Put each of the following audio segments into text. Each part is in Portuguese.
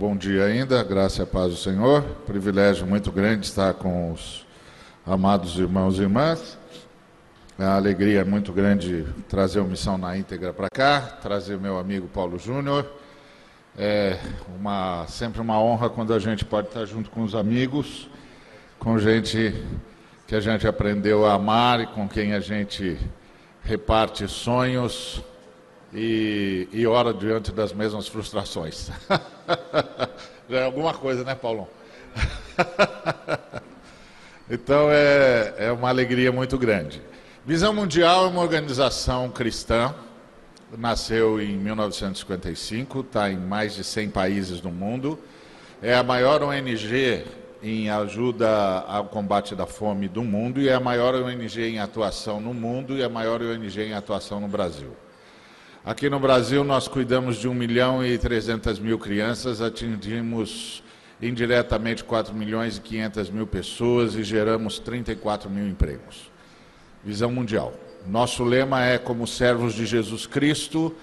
bom dia ainda, graça e a paz do Senhor. Privilégio muito grande estar com os amados irmãos e irmãs. É uma alegria muito grande trazer o Missão na Íntegra para cá, trazer meu amigo Paulo Júnior. É sempre uma honra quando a gente pode estar junto com os amigos, com gente que a gente aprendeu a amar e com quem a gente reparte sonhos e ora diante das mesmas frustrações. Já é alguma coisa, né, Paulão? Então é uma alegria muito grande. Visão Mundial é uma organização cristã, nasceu em 1955, está em mais de 100 países no mundo, é a maior ONG em ajuda ao combate da fome do mundo e é a maior ONG em atuação no mundo e a maior ONG em atuação no Brasil. Aqui no Brasil nós cuidamos de 1.300.000 crianças, atingimos indiretamente 4.500.000 pessoas e geramos 34 mil empregos. Visão Mundial. Nosso lema é: como servos de Jesus Cristo,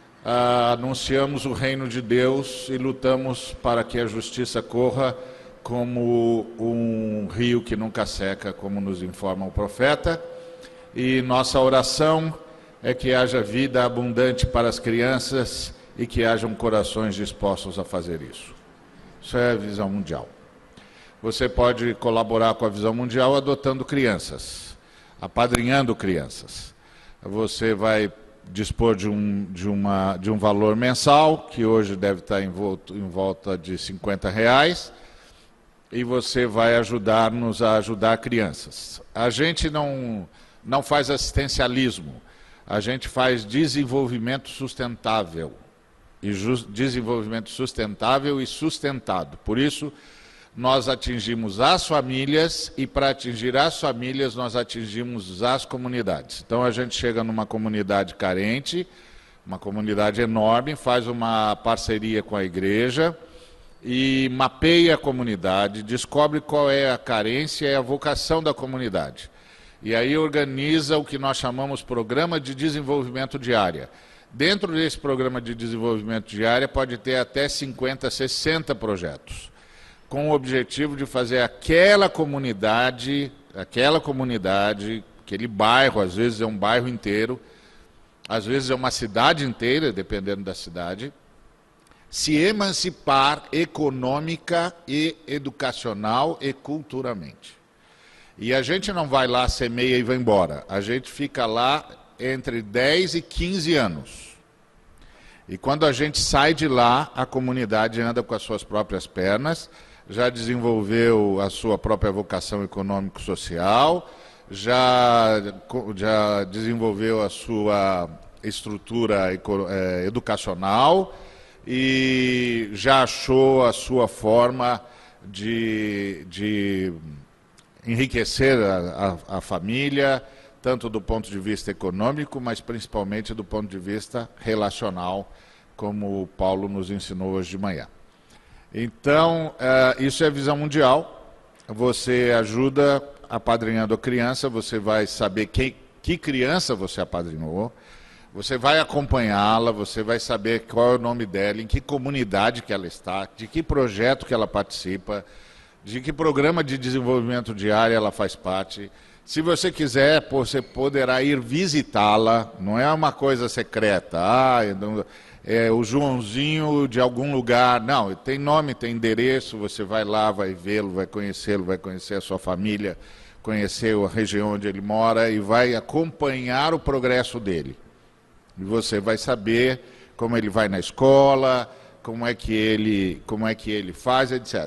anunciamos o reino de Deus e lutamos para que a justiça corra como um rio que nunca seca, como nos informa o profeta. E nossa oração é que haja vida abundante para as crianças e que hajam corações dispostos a fazer isso. Isso é a Visão Mundial. Você pode colaborar com a Visão Mundial adotando crianças, apadrinhando crianças. Você vai dispor de um valor mensal, que hoje deve estar em volta de R$50, e você vai ajudar-nos a ajudar crianças. A gente não faz assistencialismo, a gente faz desenvolvimento sustentável. Desenvolvimento sustentável e sustentado. Por isso, nós atingimos as famílias e para atingir as famílias nós atingimos as comunidades. Então a gente chega numa comunidade carente, uma comunidade enorme, faz uma parceria com a igreja e mapeia a comunidade, descobre qual é a carência e a vocação da comunidade. E aí organiza o que nós chamamos Programa de Desenvolvimento de Área. Dentro desse Programa de Desenvolvimento de Área pode ter até 50, 60 projetos, com o objetivo de fazer aquela comunidade, aquele bairro, às vezes é um bairro inteiro, às vezes é uma cidade inteira, dependendo da cidade, se emancipar econômica e educacional e culturalmente. E a gente não vai lá, semeia e vai embora. A gente fica lá entre 10 e 15 anos. E quando a gente sai de lá, a comunidade anda com as suas próprias pernas, já desenvolveu a sua própria vocação econômico-social, já desenvolveu a sua estrutura educacional e já achou a sua forma de enriquecer a família, tanto do ponto de vista econômico, mas principalmente do ponto de vista relacional, como o Paulo nos ensinou hoje de manhã. Então, isso é Visão Mundial. Você ajuda apadrinhando a criança, você vai saber que criança você apadrinhou, você vai acompanhá-la, você vai saber qual é o nome dela, em que comunidade que ela está, de que projeto que ela participa, de que programa de desenvolvimento de área ela faz parte. Se você quiser, você poderá ir visitá-la, não é uma coisa secreta, é o Joãozinho de algum lugar, não, tem nome, tem endereço, você vai lá, vai vê-lo, vai conhecer a sua família, conhecer a região onde ele mora e vai acompanhar o progresso dele. E você vai saber como ele vai na escola, como é que ele faz, etc.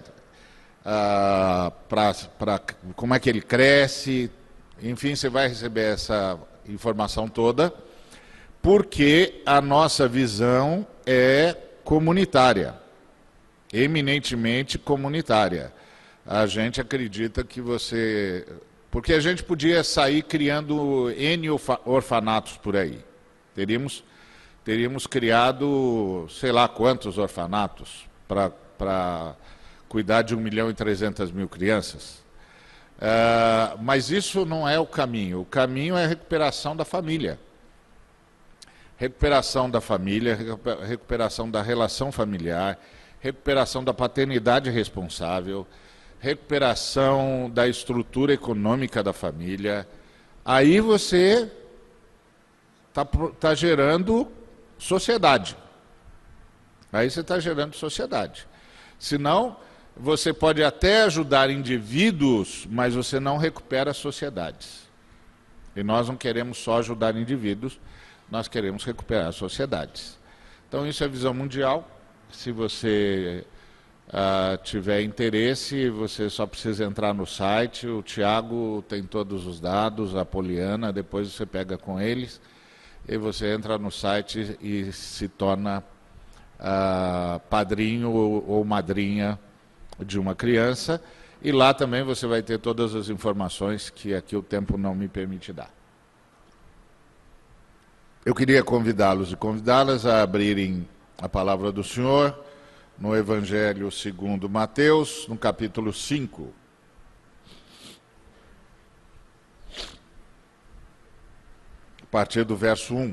Como é que ele cresce, enfim, você vai receber essa informação toda, porque a nossa visão é comunitária, eminentemente comunitária. A gente acredita que porque a gente podia sair criando N orfanatos por aí. Teríamos criado, sei lá quantos orfanatos para cuidar de 1.300.000 crianças. Mas isso não é o caminho. O caminho é a recuperação da família. Recuperação da família, recuperação da relação familiar, recuperação da paternidade responsável, recuperação da estrutura econômica da família. Aí você está gerando sociedade. Aí você está gerando sociedade. Senão, você pode até ajudar indivíduos, mas você não recupera sociedades. E nós não queremos só ajudar indivíduos, nós queremos recuperar sociedades. Então, isso é visão mundial. Se você tiver interesse, você só precisa entrar no site. O Tiago tem todos os dados, a Poliana, depois você pega com eles. E você entra no site e se torna padrinho ou madrinha de uma criança, e lá também você vai ter todas as informações que aqui o tempo não me permite dar. Eu queria convidá-los e convidá-las a abrirem a palavra do Senhor no Evangelho segundo Mateus, no capítulo 5. A partir do verso 1.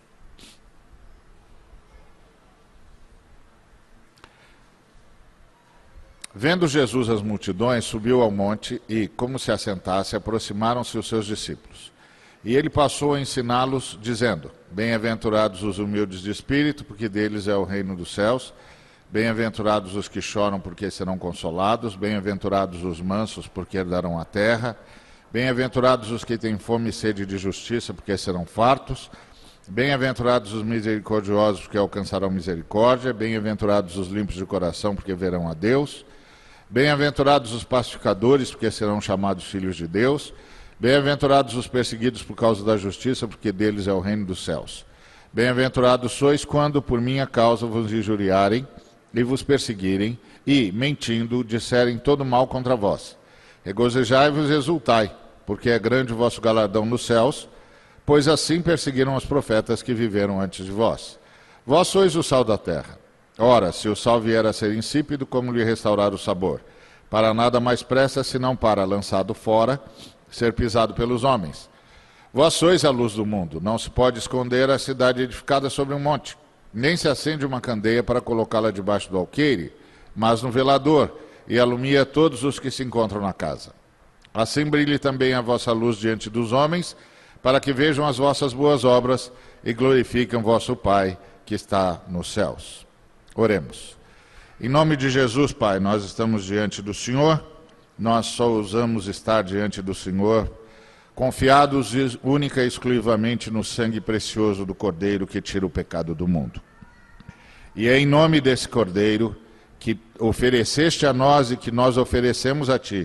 Vendo Jesus as multidões, subiu ao monte e, como se assentasse, aproximaram-se os seus discípulos. E ele passou a ensiná-los, dizendo: Bem-aventurados os humildes de espírito, porque deles é o reino dos céus. Bem-aventurados os que choram, porque serão consolados. Bem-aventurados os mansos, porque herdarão a terra. Bem-aventurados os que têm fome e sede de justiça, porque serão fartos. Bem-aventurados os misericordiosos, porque alcançarão misericórdia. Bem-aventurados os limpos de coração, porque verão a Deus. Bem-aventurados os pacificadores, porque serão chamados filhos de Deus. Bem-aventurados os perseguidos por causa da justiça, porque deles é o reino dos céus. Bem-aventurados sois quando por minha causa vos injuriarem e vos perseguirem e, mentindo, disserem todo mal contra vós. Regozijai-vos e exultai, porque é grande o vosso galardão nos céus, pois assim perseguiram os profetas que viveram antes de vós. Vós sois o sal da terra. Ora, se o sal vier a ser insípido, como lhe restaurar o sabor? Para nada mais presta, senão para, lançado fora, ser pisado pelos homens. Vós sois a luz do mundo. Não se pode esconder a cidade edificada sobre um monte. Nem se acende uma candeia para colocá-la debaixo do alqueire, mas no velador, e alumia todos os que se encontram na casa. Assim brilhe também a vossa luz diante dos homens, para que vejam as vossas boas obras e glorifiquem vosso Pai que está nos céus. Oremos. Em nome de Jesus, Pai, nós estamos diante do Senhor, nós só ousamos estar diante do Senhor, confiados única e exclusivamente no sangue precioso do Cordeiro que tira o pecado do mundo. E é em nome desse Cordeiro que ofereceste a nós e que nós oferecemos a Ti,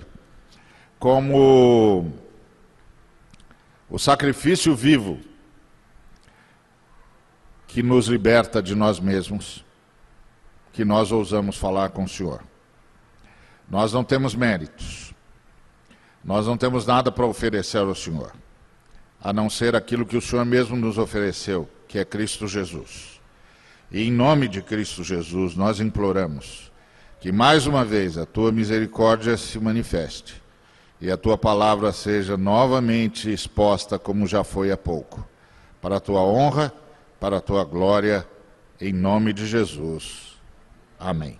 como o sacrifício vivo que nos liberta de nós mesmos, que nós ousamos falar com o Senhor. Nós não temos méritos, nós não temos nada para oferecer ao Senhor, a não ser aquilo que o Senhor mesmo nos ofereceu, que é Cristo Jesus. E em nome de Cristo Jesus, nós imploramos que mais uma vez a Tua misericórdia se manifeste e a Tua palavra seja novamente exposta como já foi há pouco, para a Tua honra, para a Tua glória, em nome de Jesus. Amém.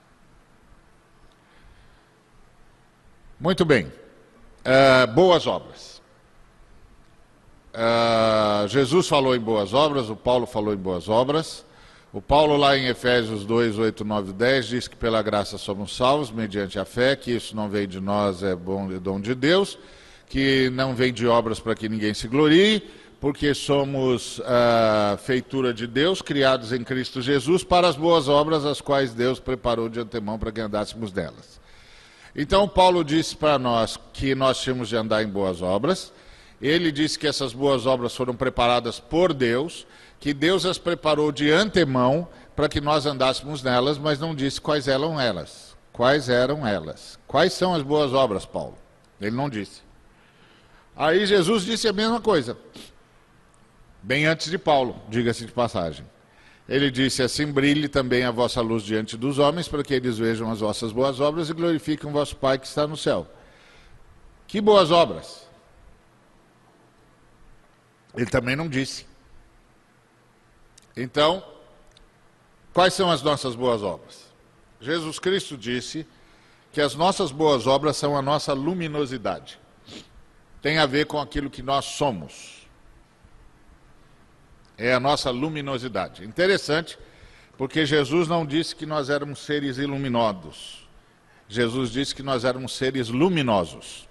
Muito bem. Boas obras. Jesus falou em boas obras, o Paulo falou em boas obras. O Paulo lá em Efésios 2, 8, 9 e 10 diz que pela graça somos salvos mediante a fé, que isso não vem de nós, é bom e dom de Deus, que não vem de obras para que ninguém se glorie, porque somos feitura de Deus, criados em Cristo Jesus, para as boas obras, as quais Deus preparou de antemão para que andássemos nelas. Então, Paulo disse para nós que nós tínhamos de andar em boas obras. Ele disse que essas boas obras foram preparadas por Deus, que Deus as preparou de antemão para que nós andássemos nelas, mas não disse quais eram elas. Quais eram elas? Quais são as boas obras, Paulo? Ele não disse. Aí Jesus disse a mesma coisa. Bem antes de Paulo, diga-se de passagem. Ele disse: assim brilhe também a vossa luz diante dos homens, para que eles vejam as vossas boas obras e glorifiquem o vosso Pai que está no céu. Que boas obras? Ele também não disse. Então, quais são as nossas boas obras? Jesus Cristo disse que as nossas boas obras são a nossa luminosidade. Tem a ver com aquilo que nós somos. É a nossa luminosidade. Interessante, porque Jesus não disse que nós éramos seres iluminados. Jesus disse que nós éramos seres luminosos.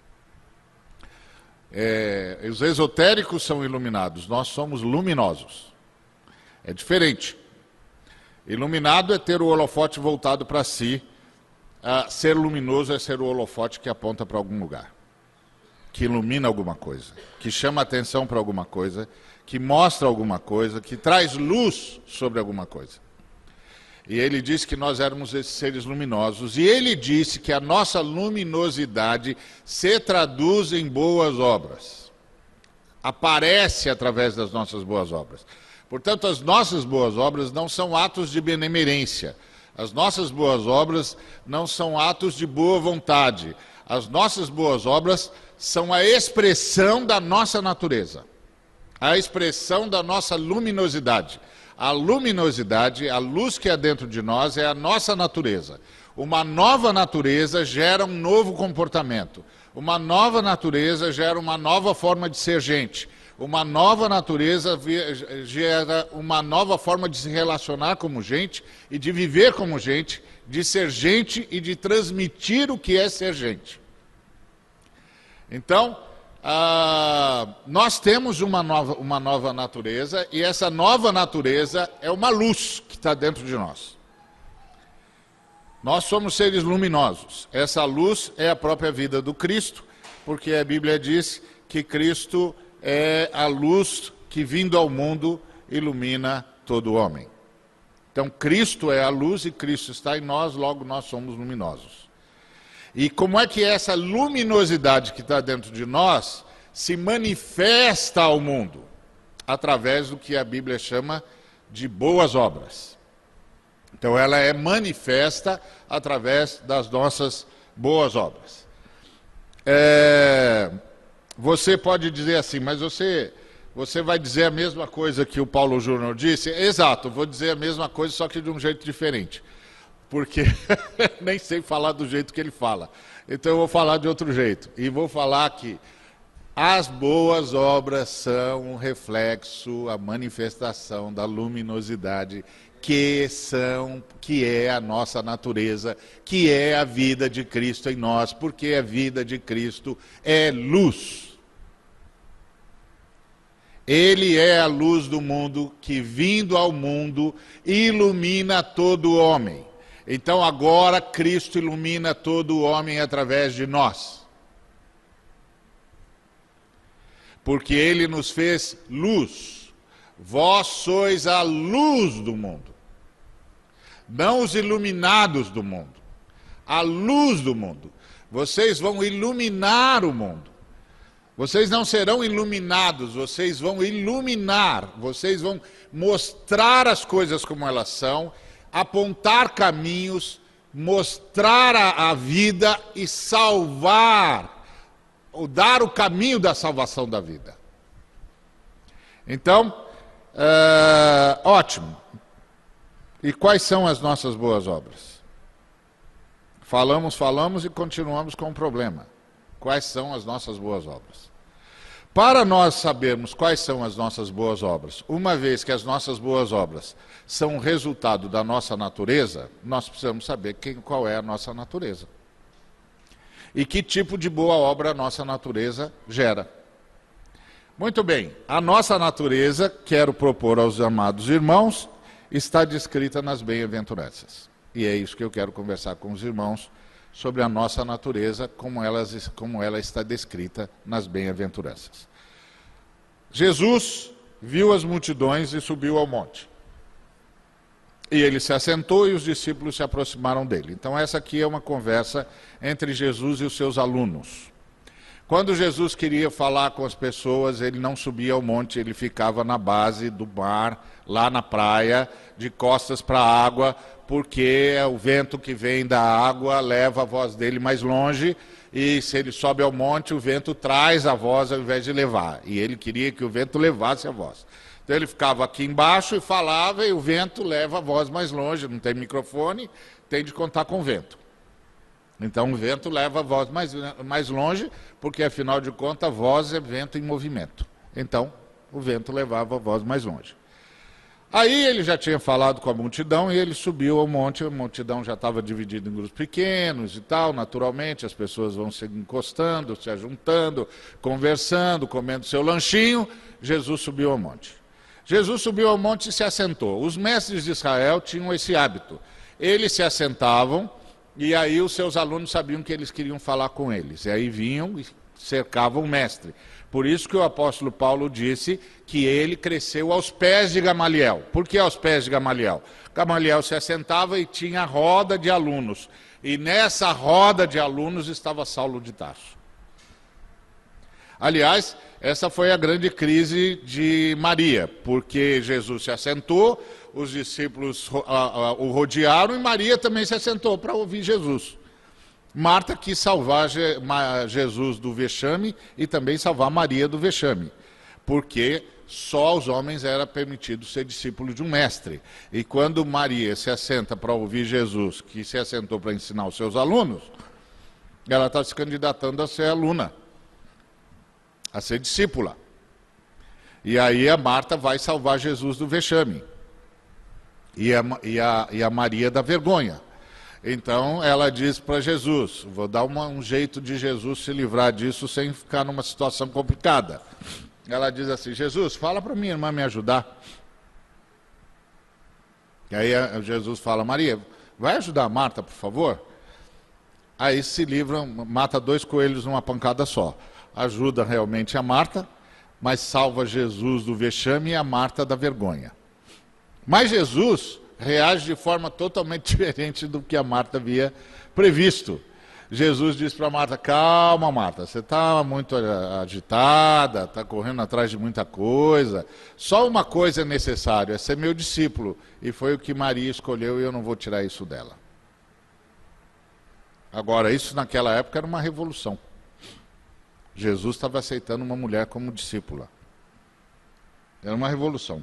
Os esotéricos são iluminados, nós somos luminosos. É diferente. Iluminado é ter o holofote voltado para si. Ser luminoso é ser o holofote que aponta para algum lugar, que ilumina alguma coisa, que chama atenção para alguma coisa, que mostra alguma coisa, que traz luz sobre alguma coisa. E ele disse que nós éramos esses seres luminosos, e ele disse que a nossa luminosidade se traduz em boas obras, aparece através das nossas boas obras. Portanto, as nossas boas obras não são atos de benemerência, as nossas boas obras não são atos de boa vontade, as nossas boas obras são a expressão da nossa natureza, a expressão da nossa luminosidade. A luminosidade, a luz que há dentro de nós é a nossa natureza. Uma nova natureza gera um novo comportamento. Uma nova natureza gera uma nova forma de ser gente. Uma nova natureza gera uma nova forma de se relacionar como gente e de viver como gente, de ser gente e de transmitir o que é ser gente. Então, nós temos uma nova natureza, e essa nova natureza é uma luz que está dentro de nós. Nós somos seres luminosos. Essa luz é a própria vida do Cristo, porque a Bíblia diz que Cristo é a luz que, vindo ao mundo, ilumina todo homem. Então, Cristo é a luz e Cristo está em nós, logo nós somos luminosos. E como é que essa luminosidade que está dentro de nós se manifesta ao mundo? Através do que a Bíblia chama de boas obras. Então ela é manifesta através das nossas boas obras. Você pode dizer assim, mas você vai dizer a mesma coisa que o Paulo Júnior disse? Exato, vou dizer a mesma coisa, só que de um jeito diferente. Porque nem sei falar do jeito que ele fala. Então eu vou falar de outro jeito. E vou falar que as boas obras são um reflexo, a manifestação da luminosidade que é a nossa natureza, que é a vida de Cristo em nós, porque a vida de Cristo é luz. Ele é a luz do mundo que, vindo ao mundo, ilumina todo homem. Então agora Cristo ilumina todo o homem através de nós. Porque Ele nos fez luz. Vós sois a luz do mundo. Não os iluminados do mundo. A luz do mundo. Vocês vão iluminar o mundo. Vocês não serão iluminados, vocês vão iluminar. Vocês vão mostrar as coisas como elas são, apontar caminhos, mostrar a vida e salvar, ou dar o caminho da salvação da vida. Então, ótimo. E quais são as nossas boas obras? Falamos e continuamos com o problema. Quais são as nossas boas obras? Para nós sabermos quais são as nossas boas obras, uma vez que as nossas boas obras são resultado da nossa natureza, nós precisamos saber qual é a nossa natureza. E que tipo de boa obra a nossa natureza gera. Muito bem, a nossa natureza, quero propor aos amados irmãos, está descrita nas bem-aventuranças. E é isso que eu quero conversar com os irmãos, sobre a nossa natureza, como ela está descrita nas bem-aventuranças. Jesus viu as multidões e subiu ao monte. E ele se assentou e os discípulos se aproximaram dele. Então essa aqui é uma conversa entre Jesus e os seus alunos. Quando Jesus queria falar com as pessoas, ele não subia ao monte, ele ficava na base do mar, lá na praia, de costas para a água, porque o vento que vem da água leva a voz dele mais longe, e se ele sobe ao monte, o vento traz a voz ao invés de levar. E ele queria que o vento levasse a voz. Então ele ficava aqui embaixo e falava, e o vento leva a voz mais longe, não tem microfone, tem de contar com o vento. Então o vento leva a voz mais longe, porque afinal de contas a voz é vento em movimento. Então o vento levava a voz mais longe. Aí ele já tinha falado com a multidão e ele subiu ao monte, a multidão já estava dividida em grupos pequenos e tal, naturalmente as pessoas vão se encostando, se ajuntando, conversando, comendo seu lanchinho. Jesus subiu ao monte. Jesus subiu ao monte e se assentou. Os mestres de Israel tinham esse hábito. Eles se assentavam, e aí os seus alunos sabiam que eles queriam falar com eles. E aí vinham e cercavam o mestre. Por isso que o apóstolo Paulo disse que ele cresceu aos pés de Gamaliel. Por que aos pés de Gamaliel? Gamaliel se assentava e tinha roda de alunos. E nessa roda de alunos estava Saulo de Tarso. Aliás, essa foi a grande crise de Maria, porque Jesus se assentou, os discípulos o rodearam e Maria também se assentou para ouvir Jesus. Marta quis salvar Jesus do vexame e também salvar Maria do vexame, porque só aos homens era permitido ser discípulo de um mestre. E quando Maria se assenta para ouvir Jesus, que se assentou para ensinar os seus alunos, ela está se candidatando a ser aluna, a ser discípula. E aí a Marta vai salvar Jesus do vexame. E a Maria da vergonha. Então ela diz para Jesus, vou dar um jeito de Jesus se livrar disso sem ficar numa situação complicada. Ela diz assim, Jesus, fala para minha irmã me ajudar. E aí Jesus fala, Maria, vai ajudar a Marta, por favor? Aí se livram, mata 2 coelhos numa pancada só. Ajuda realmente a Marta, mas salva Jesus do vexame e a Marta da vergonha. Mas Jesus reage de forma totalmente diferente do que a Marta havia previsto. Jesus diz para Marta, calma Marta, você está muito agitada, está correndo atrás de muita coisa. Só uma coisa é necessário, é ser meu discípulo. E foi o que Maria escolheu e eu não vou tirar isso dela. Agora, isso naquela época era uma revolução. Jesus estava aceitando uma mulher como discípula. Era uma revolução.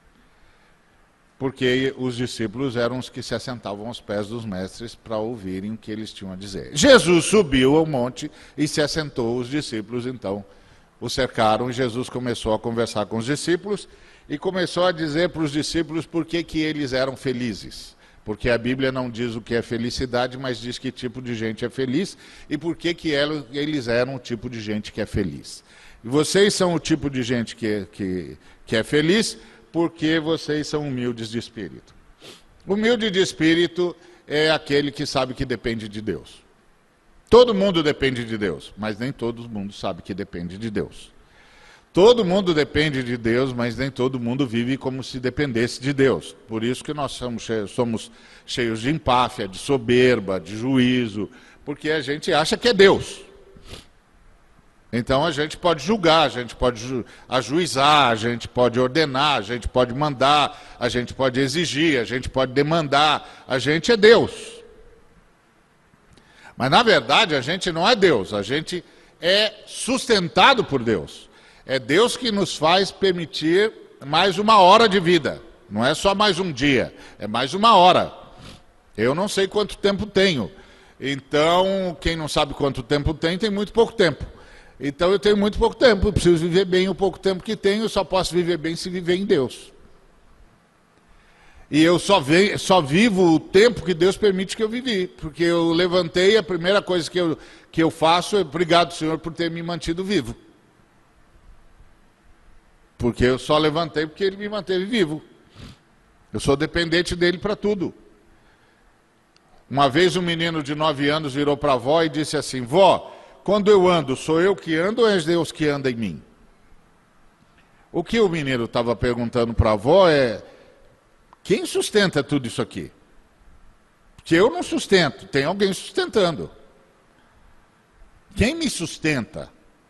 Porque os discípulos eram os que se assentavam aos pés dos mestres para ouvirem o que eles tinham a dizer. Jesus subiu ao monte e se assentou, os discípulos então o cercaram e Jesus começou a conversar com os discípulos e começou a dizer para os discípulos por que eles eram felizes. Porque a Bíblia não diz o que é felicidade, mas diz que tipo de gente é feliz e por que eles eram o tipo de gente que é feliz. E vocês são o tipo de gente que é feliz porque vocês são humildes de espírito. Humilde de espírito é aquele que sabe que depende de Deus. Todo mundo depende de Deus, mas nem todo mundo sabe que depende de Deus. Todo mundo depende de Deus, mas nem todo mundo vive como se dependesse de Deus. Por isso que nós somos cheios de empáfia, de soberba, de juízo, porque a gente acha que é Deus. Então a gente pode julgar, a gente pode ajuizar, a gente pode ordenar, a gente pode mandar, a gente pode exigir, a gente pode demandar. A gente é Deus. Mas na verdade a gente não é Deus, a gente é sustentado por Deus. É Deus que nos faz permitir mais 1 hora de vida. Não é só mais um dia, é mais 1 hora. Eu não sei quanto tempo tenho. Então, quem não sabe quanto tempo tem muito pouco tempo. Então eu tenho muito pouco tempo, eu preciso viver bem o pouco tempo que tenho, eu só posso viver bem se viver em Deus. E eu só vivo o tempo que Deus permite que eu vivi, porque eu levantei, a primeira coisa que eu faço é obrigado, Senhor, por ter me mantido vivo. Porque eu só levantei porque Ele me manteve vivo. Eu sou dependente dEle para tudo. Uma vez um menino de 9 anos virou para a avó e disse assim, vó, quando eu ando, sou eu que ando ou é Deus que anda em mim? O que o menino estava perguntando para a avó é, quem sustenta tudo isso aqui? Porque eu não sustento, tem alguém sustentando. Quem me sustenta?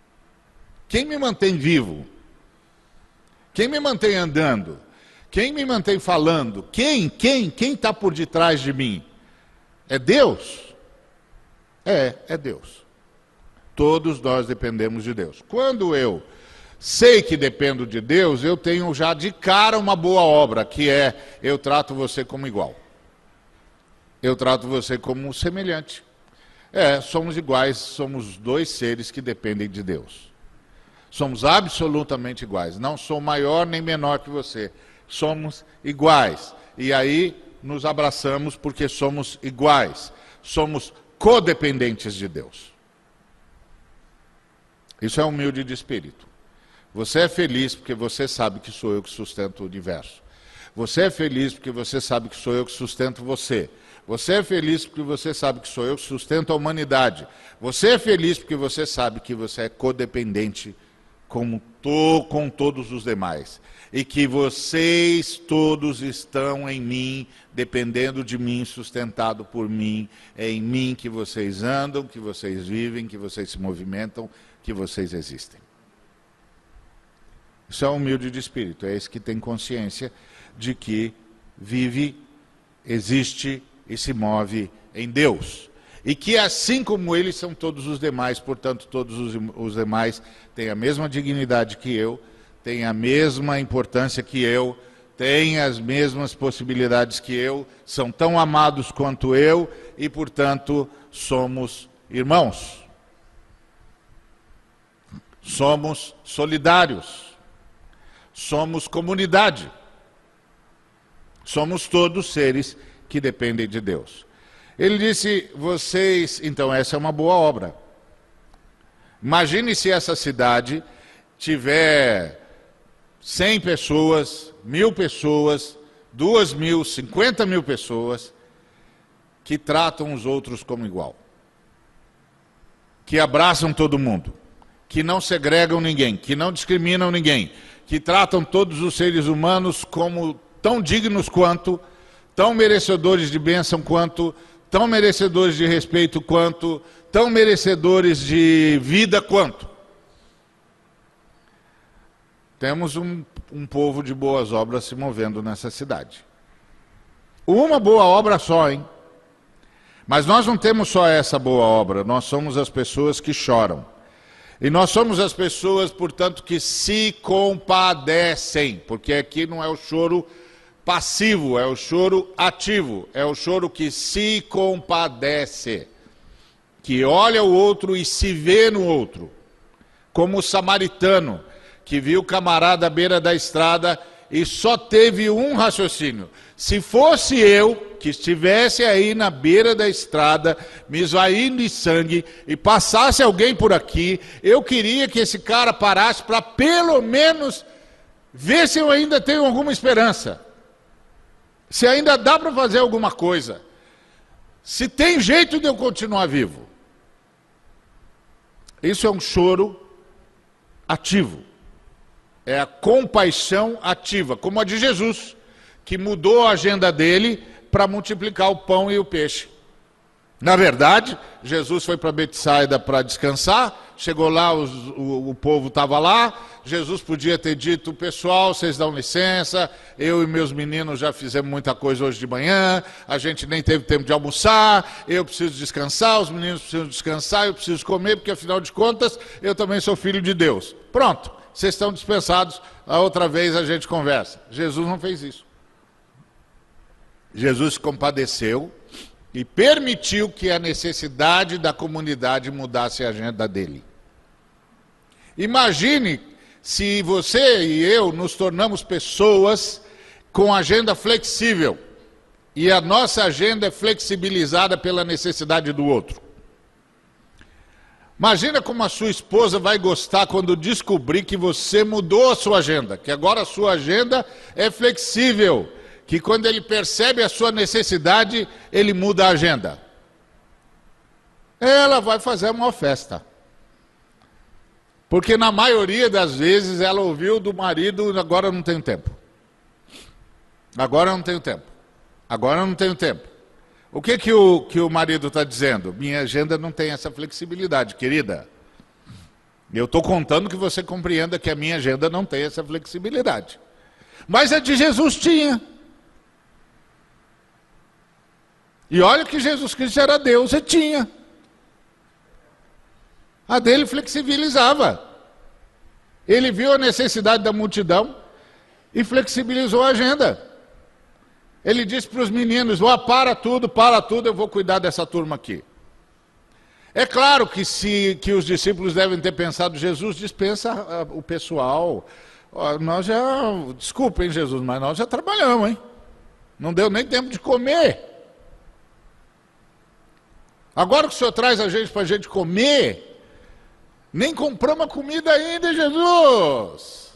Quem me mantém vivo? Quem me mantém andando? Quem me mantém falando? Quem está por detrás de mim? É Deus? É Deus. Todos nós dependemos de Deus. Quando eu sei que dependo de Deus, eu tenho já de cara uma boa obra, que é, eu trato você como igual. Eu trato você como semelhante. Somos iguais, somos dois seres que dependem de Deus. Somos absolutamente iguais. Não sou maior nem menor que você. Somos iguais. E aí nos abraçamos porque somos iguais. Somos codependentes de Deus. Isso é humilde de espírito. Você é feliz porque você sabe que sou eu que sustento o universo. Você é feliz porque você sabe que sou eu que sustento você. Você é feliz porque você sabe que sou eu que sustento a humanidade. Você é feliz porque você sabe que você é codependente com todos os demais. E que vocês todos estão em mim, dependendo de mim, sustentado por mim. É em mim que vocês andam, que vocês vivem, que vocês se movimentam, que vocês existem. Isso é humilde de espírito, é esse que tem consciência de que vive, existe e se move em Deus. E que assim como eles são todos os demais, portanto todos os demais têm a mesma dignidade que eu, têm a mesma importância que eu, têm as mesmas possibilidades que eu, são tão amados quanto eu e portanto somos irmãos. Somos solidários. Somos comunidade. Somos todos seres que dependem de Deus. Ele disse, então essa é uma boa obra. Imagine se essa cidade tiver 100 pessoas, 1000 pessoas, 2000, 50 mil pessoas que tratam os outros como igual. Que abraçam todo mundo. Que não segregam ninguém, que não discriminam ninguém. Que tratam todos os seres humanos como tão dignos quanto, tão merecedores de bênção quanto, tão merecedores de respeito quanto, tão merecedores de vida quanto. Temos um povo de boas obras se movendo nessa cidade. Uma boa obra só, hein? Mas nós não temos só essa boa obra, nós somos as pessoas que choram. E nós somos as pessoas, portanto, que se compadecem, porque aqui não é o choro passivo, é o choro ativo, é o choro que se compadece, que olha o outro e se vê no outro, como o samaritano, que viu o camarada à beira da estrada e só teve um raciocínio: se fosse eu que estivesse aí na beira da estrada, me esvaindo de sangue, e passasse alguém por aqui, eu queria que esse cara parasse para pelo menos ver se eu ainda tenho alguma esperança. Se ainda dá para fazer alguma coisa. Se tem jeito de eu continuar vivo. Isso é um choro ativo. É a compaixão ativa, como a de Jesus, que mudou a agenda dele para multiplicar o pão e o peixe. Na verdade, Jesus foi para Betsaida para descansar, chegou lá, o povo estava lá, Jesus podia ter dito: pessoal, vocês dão licença, eu e meus meninos já fizemos muita coisa hoje de manhã, a gente nem teve tempo de almoçar, eu preciso descansar, os meninos precisam descansar, eu preciso comer, porque afinal de contas, eu também sou filho de Deus. Pronto, vocês estão dispensados, a outra vez a gente conversa. Jesus não fez isso. Jesus se compadeceu e permitiu que a necessidade da comunidade mudasse a agenda dele. Imagine se você e eu nos tornamos pessoas com agenda flexível e a nossa agenda é flexibilizada pela necessidade do outro. Imagina como a sua esposa vai gostar quando descobrir que você mudou a sua agenda, que agora a sua agenda é flexível, que quando ele percebe a sua necessidade, ele muda a agenda. Ela vai fazer uma festa. Porque na maioria das vezes ela ouviu do marido: agora eu não tenho tempo. Agora eu não tenho tempo. Agora eu não tenho tempo. O que o marido está dizendo? Minha agenda não tem essa flexibilidade, querida. Eu estou contando que você compreenda que a minha agenda não tem essa flexibilidade. Mas a de Jesus tinha. E olha que Jesus Cristo era Deus e tinha. A dele flexibilizava. Ele viu a necessidade da multidão e flexibilizou a agenda. Ele disse para os meninos: para tudo, eu vou cuidar dessa turma aqui. É claro que os discípulos devem ter pensado: Jesus dispensa o pessoal. Desculpem, Jesus, mas nós já trabalhamos, hein? Não deu nem tempo de comer. Agora que o Senhor traz a gente para a gente comer, nem compramos a comida ainda, Jesus.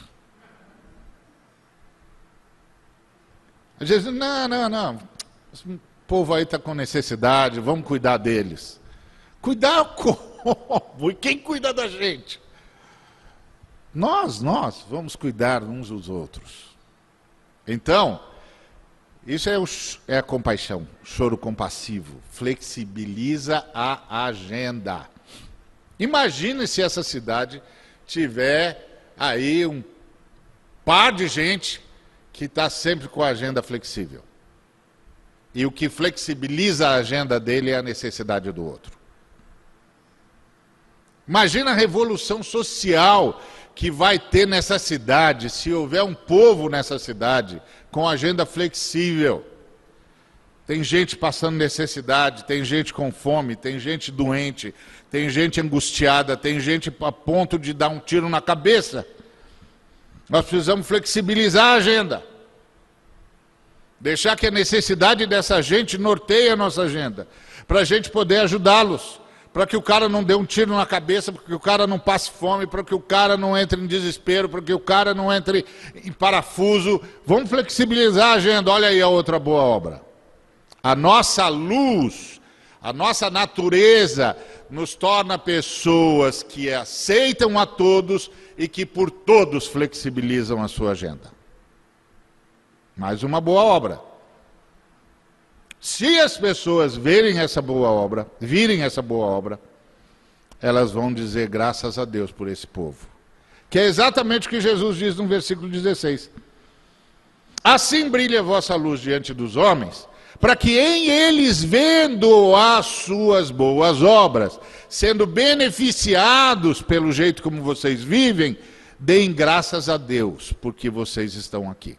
Jesus, não. O povo aí está com necessidade, vamos cuidar deles. Cuidar como? E quem cuida da gente? Nós vamos cuidar uns dos outros. Então, isso é a compaixão, choro compassivo. Flexibiliza a agenda. Imagine se essa cidade tiver aí um par de gente que está sempre com a agenda flexível. E o que flexibiliza a agenda dele é a necessidade do outro. Imagina a revolução social que vai ter nessa cidade, se houver um povo nessa cidade com agenda flexível. Tem gente passando necessidade, tem gente com fome, tem gente doente, tem gente angustiada, tem gente a ponto de dar um tiro na cabeça. Nós precisamos flexibilizar a agenda. Deixar que a necessidade dessa gente norteie a nossa agenda, para a gente poder ajudá-los. Para que o cara não dê um tiro na cabeça, para que o cara não passe fome, para que o cara não entre em desespero, para que o cara não entre em parafuso. Vamos flexibilizar a agenda. Olha aí a outra boa obra. A nossa luz, a nossa natureza nos torna pessoas que aceitam a todos e que por todos flexibilizam a sua agenda. Mais uma boa obra. Se as pessoas virem essa boa obra, elas vão dizer graças a Deus por esse povo. Que é exatamente o que Jesus diz no versículo 16. Assim brilha a vossa luz diante dos homens, para que em eles, vendo as suas boas obras, sendo beneficiados pelo jeito como vocês vivem, deem graças a Deus, porque vocês estão aqui.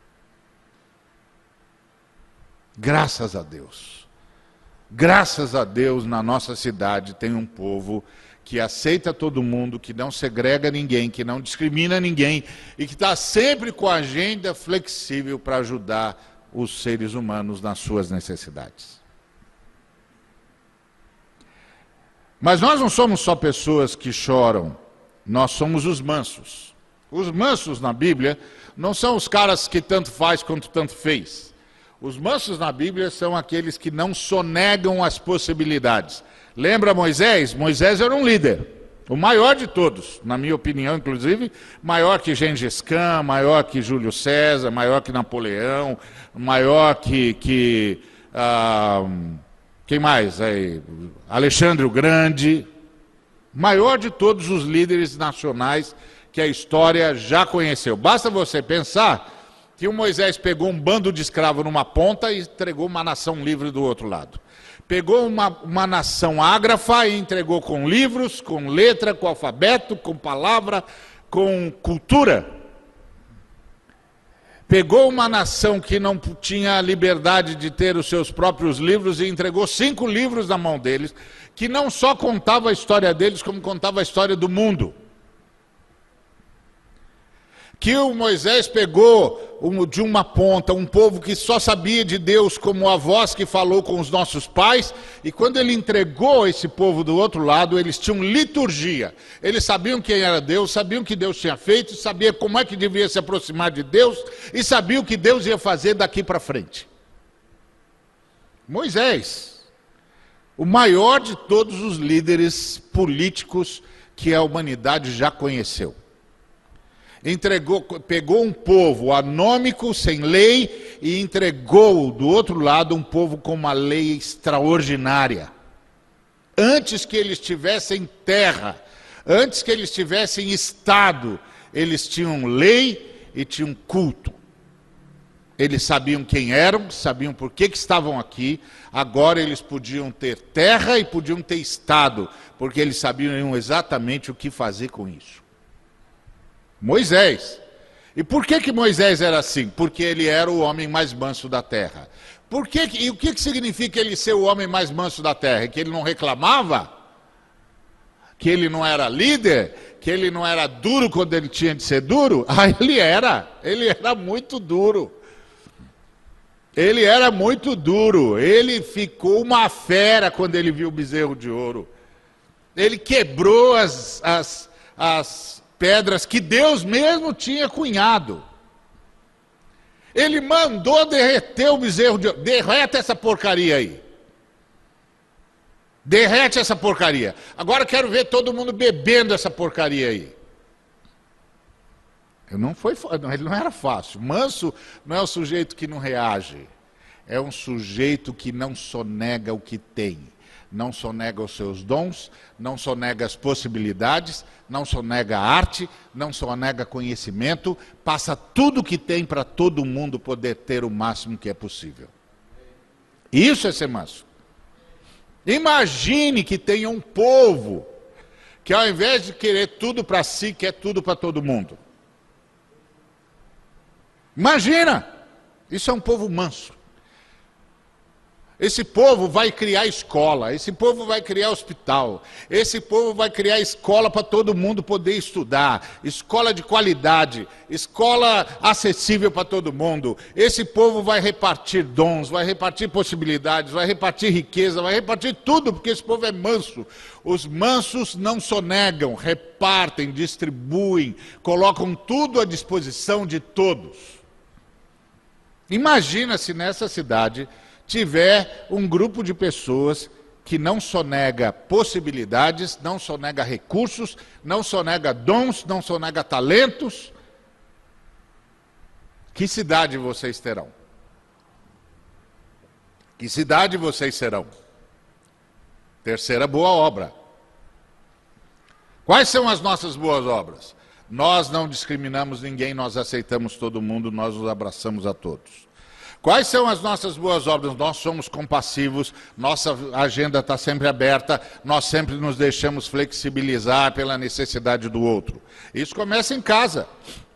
Graças a Deus. Graças a Deus, na nossa cidade tem um povo que aceita todo mundo, que não segrega ninguém, que não discrimina ninguém e que está sempre com a agenda flexível para ajudar os seres humanos nas suas necessidades. Mas nós não somos só pessoas que choram, nós somos os mansos. Os mansos na Bíblia não são os caras que tanto faz quanto tanto fez. Os mansos na Bíblia são aqueles que não sonegam as possibilidades. Lembra Moisés? Moisés era um líder, o maior de todos, na minha opinião, inclusive, maior que Gengis Khan, maior que Júlio César, maior que Napoleão, maior que quem mais? Alexandre o Grande, maior de todos os líderes nacionais que a história já conheceu. Basta você pensar que o Moisés pegou um bando de escravos numa ponta e entregou uma nação livre do outro lado. Pegou uma nação ágrafa e entregou com livros, com letra, com alfabeto, com palavra, com cultura. Pegou uma nação que não tinha a liberdade de ter os seus próprios livros e entregou 5 livros na mão deles, que não só contava a história deles, como contava a história do mundo. Que o Moisés pegou de uma ponta um povo que só sabia de Deus como a voz que falou com os nossos pais, e quando ele entregou esse povo do outro lado, eles tinham liturgia. Eles sabiam quem era Deus, sabiam o que Deus tinha feito, sabiam como é que devia se aproximar de Deus, e sabiam o que Deus ia fazer daqui para frente. Moisés, o maior de todos os líderes políticos que a humanidade já conheceu. Pegou um povo anômico, sem lei, e entregou do outro lado um povo com uma lei extraordinária. Antes que eles tivessem terra, Antes que eles tivessem Estado, eles tinham lei e tinham culto. Eles sabiam quem eram, sabiam por que estavam aqui. Agora eles podiam ter terra e podiam ter Estado, porque eles sabiam exatamente o que fazer com isso. Moisés. E por que Moisés era assim? Porque ele era o homem mais manso da terra. E o que significa ele ser o homem mais manso da terra? Que ele não reclamava? Que ele não era líder? Que ele não era duro quando ele tinha de ser duro? Ah, ele era muito duro. Ele era muito duro. Ele ficou uma fera quando ele viu o bezerro de ouro. Ele quebrou as pedras que Deus mesmo tinha cunhado. Ele mandou derreter o bezerro de ouro. Derrete essa porcaria aí. Derrete essa porcaria. Agora quero ver todo mundo bebendo essa porcaria aí. Ele não era fácil. Manso não é o sujeito que não reage. É um sujeito que não sonega o que tem. Não sonega os seus dons, não sonega as possibilidades, não sonega a arte, não sonega conhecimento, passa tudo que tem para todo mundo poder ter o máximo que é possível. Isso é ser manso. Imagine que tenha um povo que ao invés de querer tudo para si, quer tudo para todo mundo. Imagina! Isso é um povo manso. Esse povo vai criar escola, esse povo vai criar hospital, esse povo vai criar escola para todo mundo poder estudar, escola de qualidade, escola acessível para todo mundo. Esse povo vai repartir dons, vai repartir possibilidades, vai repartir riqueza, vai repartir tudo, porque esse povo é manso. Os mansos não sonegam, repartem, distribuem, colocam tudo à disposição de todos. Imagina se nessa cidade tiver um grupo de pessoas que não sonega possibilidades, não sonega recursos, não sonega dons, não sonega talentos. Que cidade vocês terão? Que cidade vocês serão? Terceira boa obra. Quais são as nossas boas obras? Nós não discriminamos ninguém, nós aceitamos todo mundo, nós os abraçamos a todos. Quais são as nossas boas obras? Nós somos compassivos, nossa agenda está sempre aberta, nós sempre nos deixamos flexibilizar pela necessidade do outro. Isso começa em casa.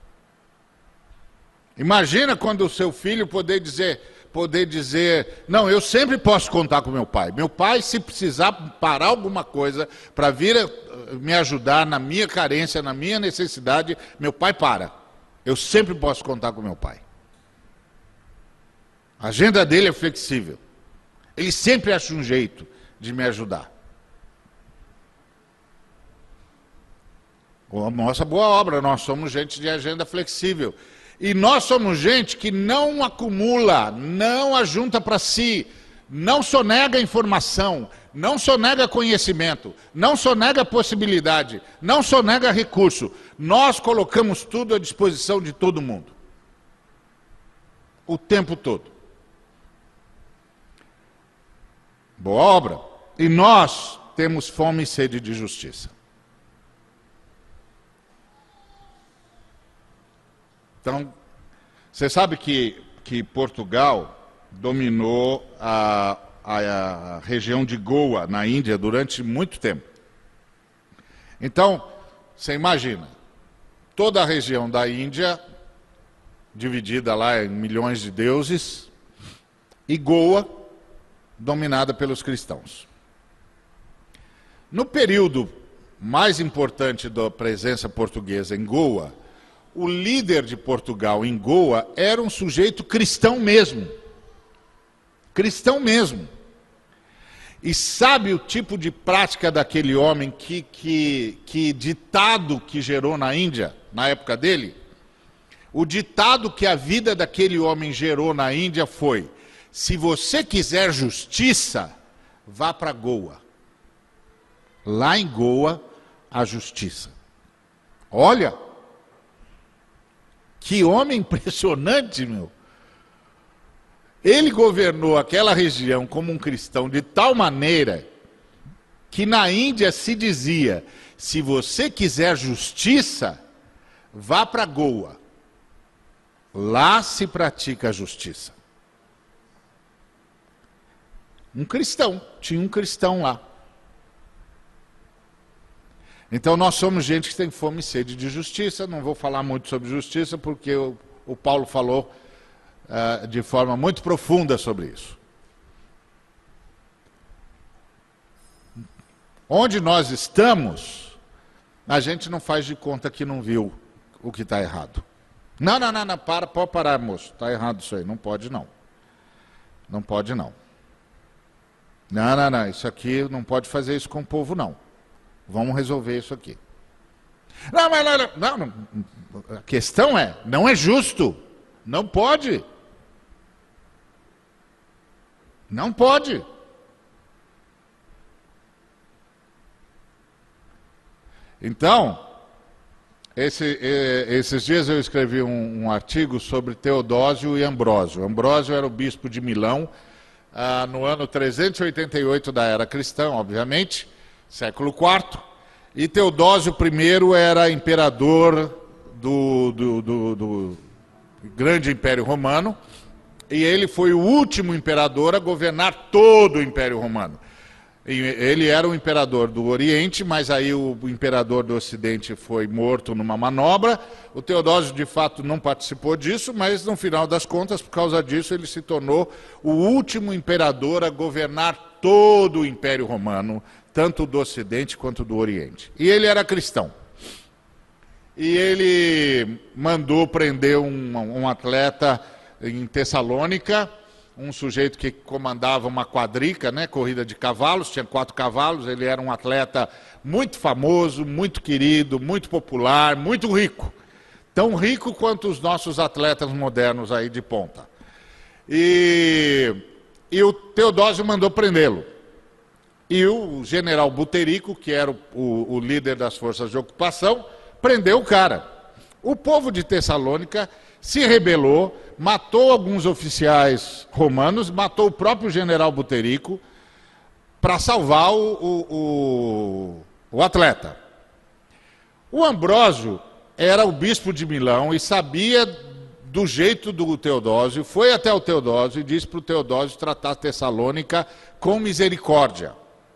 Imagina quando o seu filho poder dizer, não, eu sempre posso contar com meu pai. Meu pai, se precisar parar alguma coisa para vir me ajudar na minha carência, na minha necessidade, meu pai para. Eu sempre posso contar com meu pai. A agenda dele é flexível. Ele sempre acha um jeito de me ajudar. A nossa boa obra, nós somos gente de agenda flexível. E nós somos gente que não acumula, não ajunta para si, não sonega informação, não sonega conhecimento, não sonega possibilidade, não sonega recurso. Nós colocamos tudo à disposição de todo mundo. O tempo todo. Boa obra. E nós temos fome e sede de justiça. Então, você sabe que Portugal dominou a região de Goa, na Índia, durante muito tempo. Então, você imagina, toda a região da Índia, dividida lá em milhões de deuses, e Goa, dominada pelos cristãos. No período mais importante da presença portuguesa em Goa, o líder de Portugal em Goa era um sujeito cristão mesmo. Cristão mesmo. E sabe o tipo de prática daquele homem que ditado que gerou na Índia, na época dele? O ditado que a vida daquele homem gerou na Índia foi: se você quiser justiça, vá para Goa. Lá em Goa, a justiça. Olha, que homem impressionante, meu. Ele governou aquela região como um cristão de tal maneira que na Índia se dizia: se você quiser justiça, vá para Goa. Lá se pratica a justiça. Tinha um cristão lá. Então nós somos gente que tem fome e sede de justiça. Não vou falar muito sobre justiça, porque o Paulo falou de forma muito profunda sobre isso. Onde nós estamos, a gente não faz de conta que não viu o que está errado. Não, pode parar, moço, está errado isso aí, não pode não. Não pode não. Não, isso aqui não pode fazer isso com o povo não. Vamos resolver isso aqui. Não, a questão é, não é justo, não pode. Não pode. Então, esses dias eu escrevi um artigo sobre Teodósio e Ambrósio. Ambrósio era o bispo de Milão, no ano 388 da era cristã, obviamente, século IV. E Teodósio I era imperador do grande Império Romano, e ele foi o último imperador a governar todo o Império Romano. Ele era o imperador do Oriente, mas aí o imperador do Ocidente foi morto numa manobra. O Teodósio, de fato, não participou disso, mas no final das contas, por causa disso, ele se tornou o último imperador a governar todo o Império Romano, tanto do Ocidente quanto do Oriente. E ele era cristão. E ele mandou prender um atleta em Tessalônica, um sujeito que comandava uma quadriga, né, corrida de cavalos, tinha 4 cavalos, ele era um atleta muito famoso, muito querido, muito popular, muito rico. Tão rico quanto os nossos atletas modernos aí de ponta. E o Teodósio mandou prendê-lo. E o general Buterico, que era o líder das forças de ocupação, prendeu o cara. O povo de Tessalônica se rebelou, matou alguns oficiais romanos, matou o próprio general Buterico para salvar o atleta. O Ambrósio era o bispo de Milão e sabia do jeito do Teodósio, foi até o Teodósio e disse para o Teodósio tratar Tessalônica com misericórdia.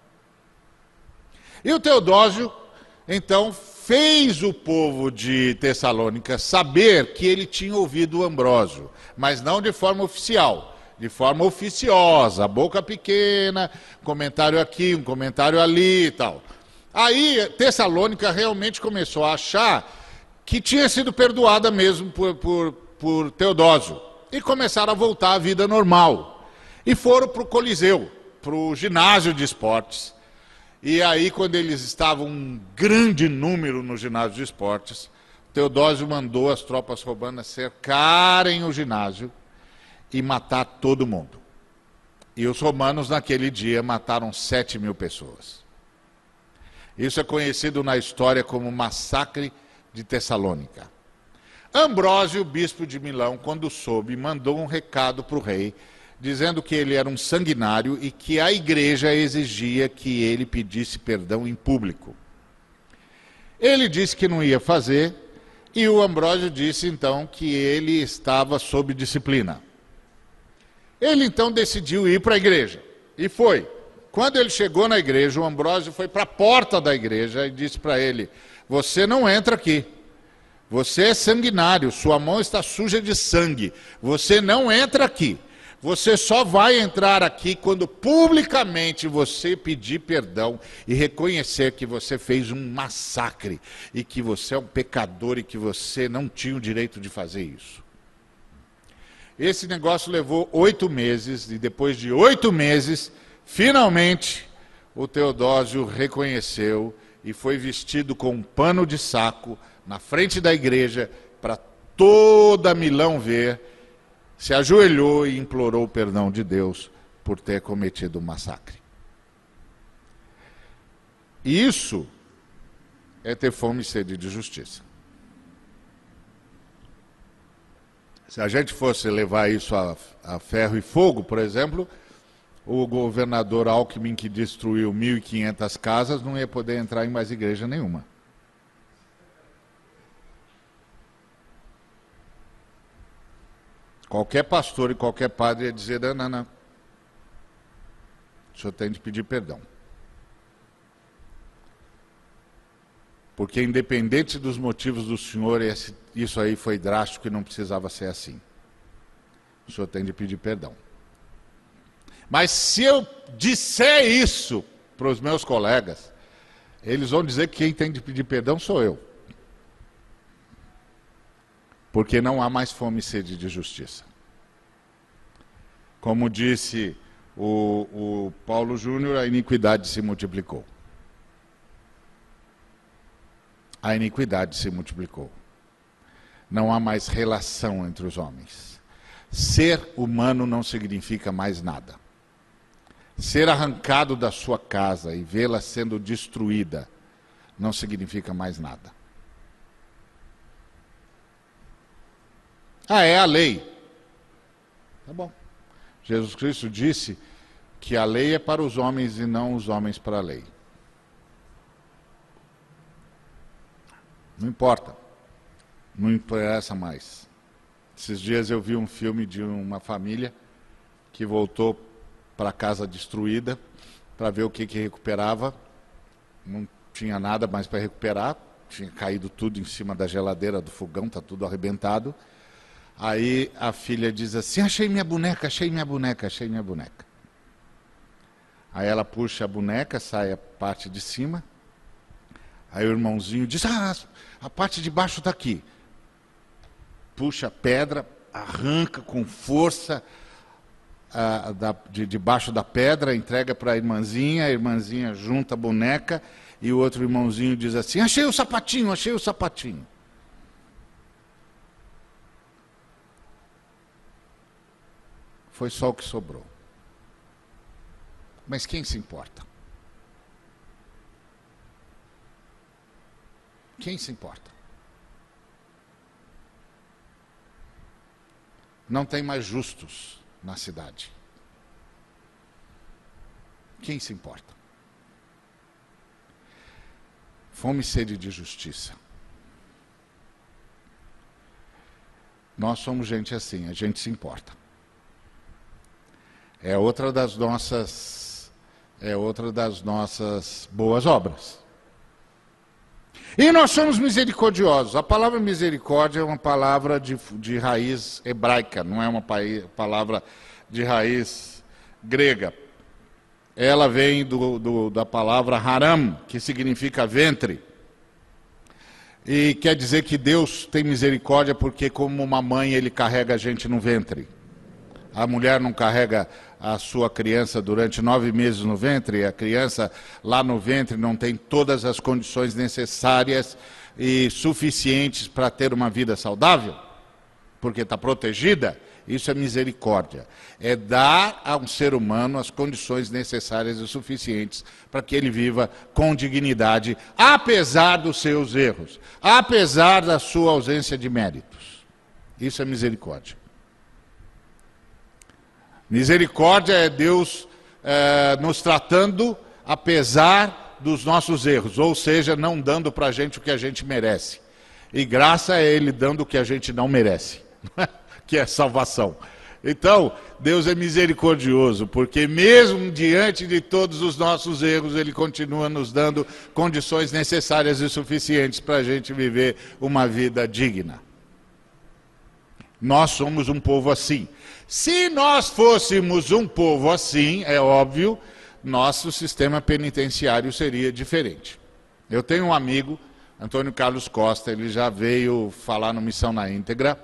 E o Teodósio, então, fez o povo de Tessalônica saber que ele tinha ouvido o Ambrósio, mas não de forma oficial, de forma oficiosa, boca pequena, comentário aqui, um comentário ali e tal. Aí Tessalônica realmente começou a achar que tinha sido perdoada mesmo por Teodósio, e começaram a voltar à vida normal. E foram para o Coliseu, para o ginásio de esportes. E aí, quando eles estavam um grande número no ginásio de esportes, Teodósio mandou as tropas romanas cercarem o ginásio e matar todo mundo. E os romanos, naquele dia, mataram 7.000 pessoas. Isso é conhecido na história como Massacre de Tessalônica. Ambrósio, bispo de Milão, quando soube, mandou um recado para o rei, dizendo que ele era um sanguinário e que a igreja exigia que ele pedisse perdão em público. Ele disse que não ia fazer, e o Ambrósio disse então que ele estava sob disciplina. Ele então decidiu ir para a igreja, e foi. Quando ele chegou na igreja, o Ambrósio foi para a porta da igreja e disse para ele: você não entra aqui, você é sanguinário, sua mão está suja de sangue, você não entra aqui. Você só vai entrar aqui quando publicamente você pedir perdão e reconhecer que você fez um massacre e que você é um pecador e que você não tinha o direito de fazer isso. Esse negócio levou 8 meses e depois de 8 meses, finalmente, o Teodósio reconheceu e foi vestido com um pano de saco na frente da igreja para toda Milão ver. Se ajoelhou e implorou o perdão de Deus por ter cometido um massacre. Isso é ter fome e sede de justiça. Se a gente fosse levar isso a ferro e fogo, por exemplo, o governador Alckmin, que destruiu 1.500 casas, não ia poder entrar em mais igreja nenhuma. Qualquer pastor e qualquer padre ia dizer, não. O senhor tem de pedir perdão. Porque independente dos motivos do senhor, isso aí foi drástico e não precisava ser assim. O senhor tem de pedir perdão. Mas se eu disser isso para os meus colegas, eles vão dizer que quem tem de pedir perdão sou eu. Porque não há mais fome e sede de justiça. Como disse o Paulo Júnior, a iniquidade se multiplicou. A iniquidade se multiplicou. Não há mais relação entre os homens. Ser humano não significa mais nada. Ser arrancado da sua casa e vê-la sendo destruída não significa mais nada. É a lei. Tá bom. Jesus Cristo disse que a lei é para os homens e não os homens para a lei. Não importa. Não interessa mais. Esses dias eu vi um filme de uma família que voltou para a casa destruída para ver o que recuperava. Não tinha nada mais para recuperar. Tinha caído tudo em cima da geladeira do fogão, está tudo arrebentado. Aí a filha diz assim, achei minha boneca, achei minha boneca, achei minha boneca. Aí ela puxa a boneca, sai a parte de cima. Aí o irmãozinho diz, a parte de baixo está aqui. Puxa a pedra, arranca com força de debaixo da pedra, entrega para a irmãzinha junta a boneca e o outro irmãozinho diz assim, achei o sapatinho, achei o sapatinho. Foi só o que sobrou. Mas quem se importa? Quem se importa? Não tem mais justos na cidade. Quem se importa? Fome e sede de justiça. Nós somos gente assim, a gente se importa. É outra das nossas boas obras. E nós somos misericordiosos. A palavra misericórdia é uma palavra de raiz hebraica, não é uma palavra de raiz grega. Ela vem da palavra haram, que significa ventre. E quer dizer que Deus tem misericórdia porque, como uma mãe, Ele carrega a gente no ventre. A mulher não carrega a sua criança durante 9 meses no ventre, a criança lá no ventre não tem todas as condições necessárias e suficientes para ter uma vida saudável, porque está protegida. Isso é misericórdia. É dar a um ser humano as condições necessárias e suficientes para que ele viva com dignidade, apesar dos seus erros, apesar da sua ausência de méritos. Isso é misericórdia. Misericórdia é Deus nos tratando apesar dos nossos erros, ou seja, não dando para a gente o que a gente merece. E graça é Ele dando o que a gente não merece, que é salvação. Então, Deus é misericordioso, porque mesmo diante de todos os nossos erros, Ele continua nos dando condições necessárias e suficientes para a gente viver uma vida digna. Nós somos um povo assim. Se nós fôssemos um povo assim, é óbvio, nosso sistema penitenciário seria diferente. Eu tenho um amigo, Antônio Carlos Costa, ele já veio falar no Missão na Íntegra.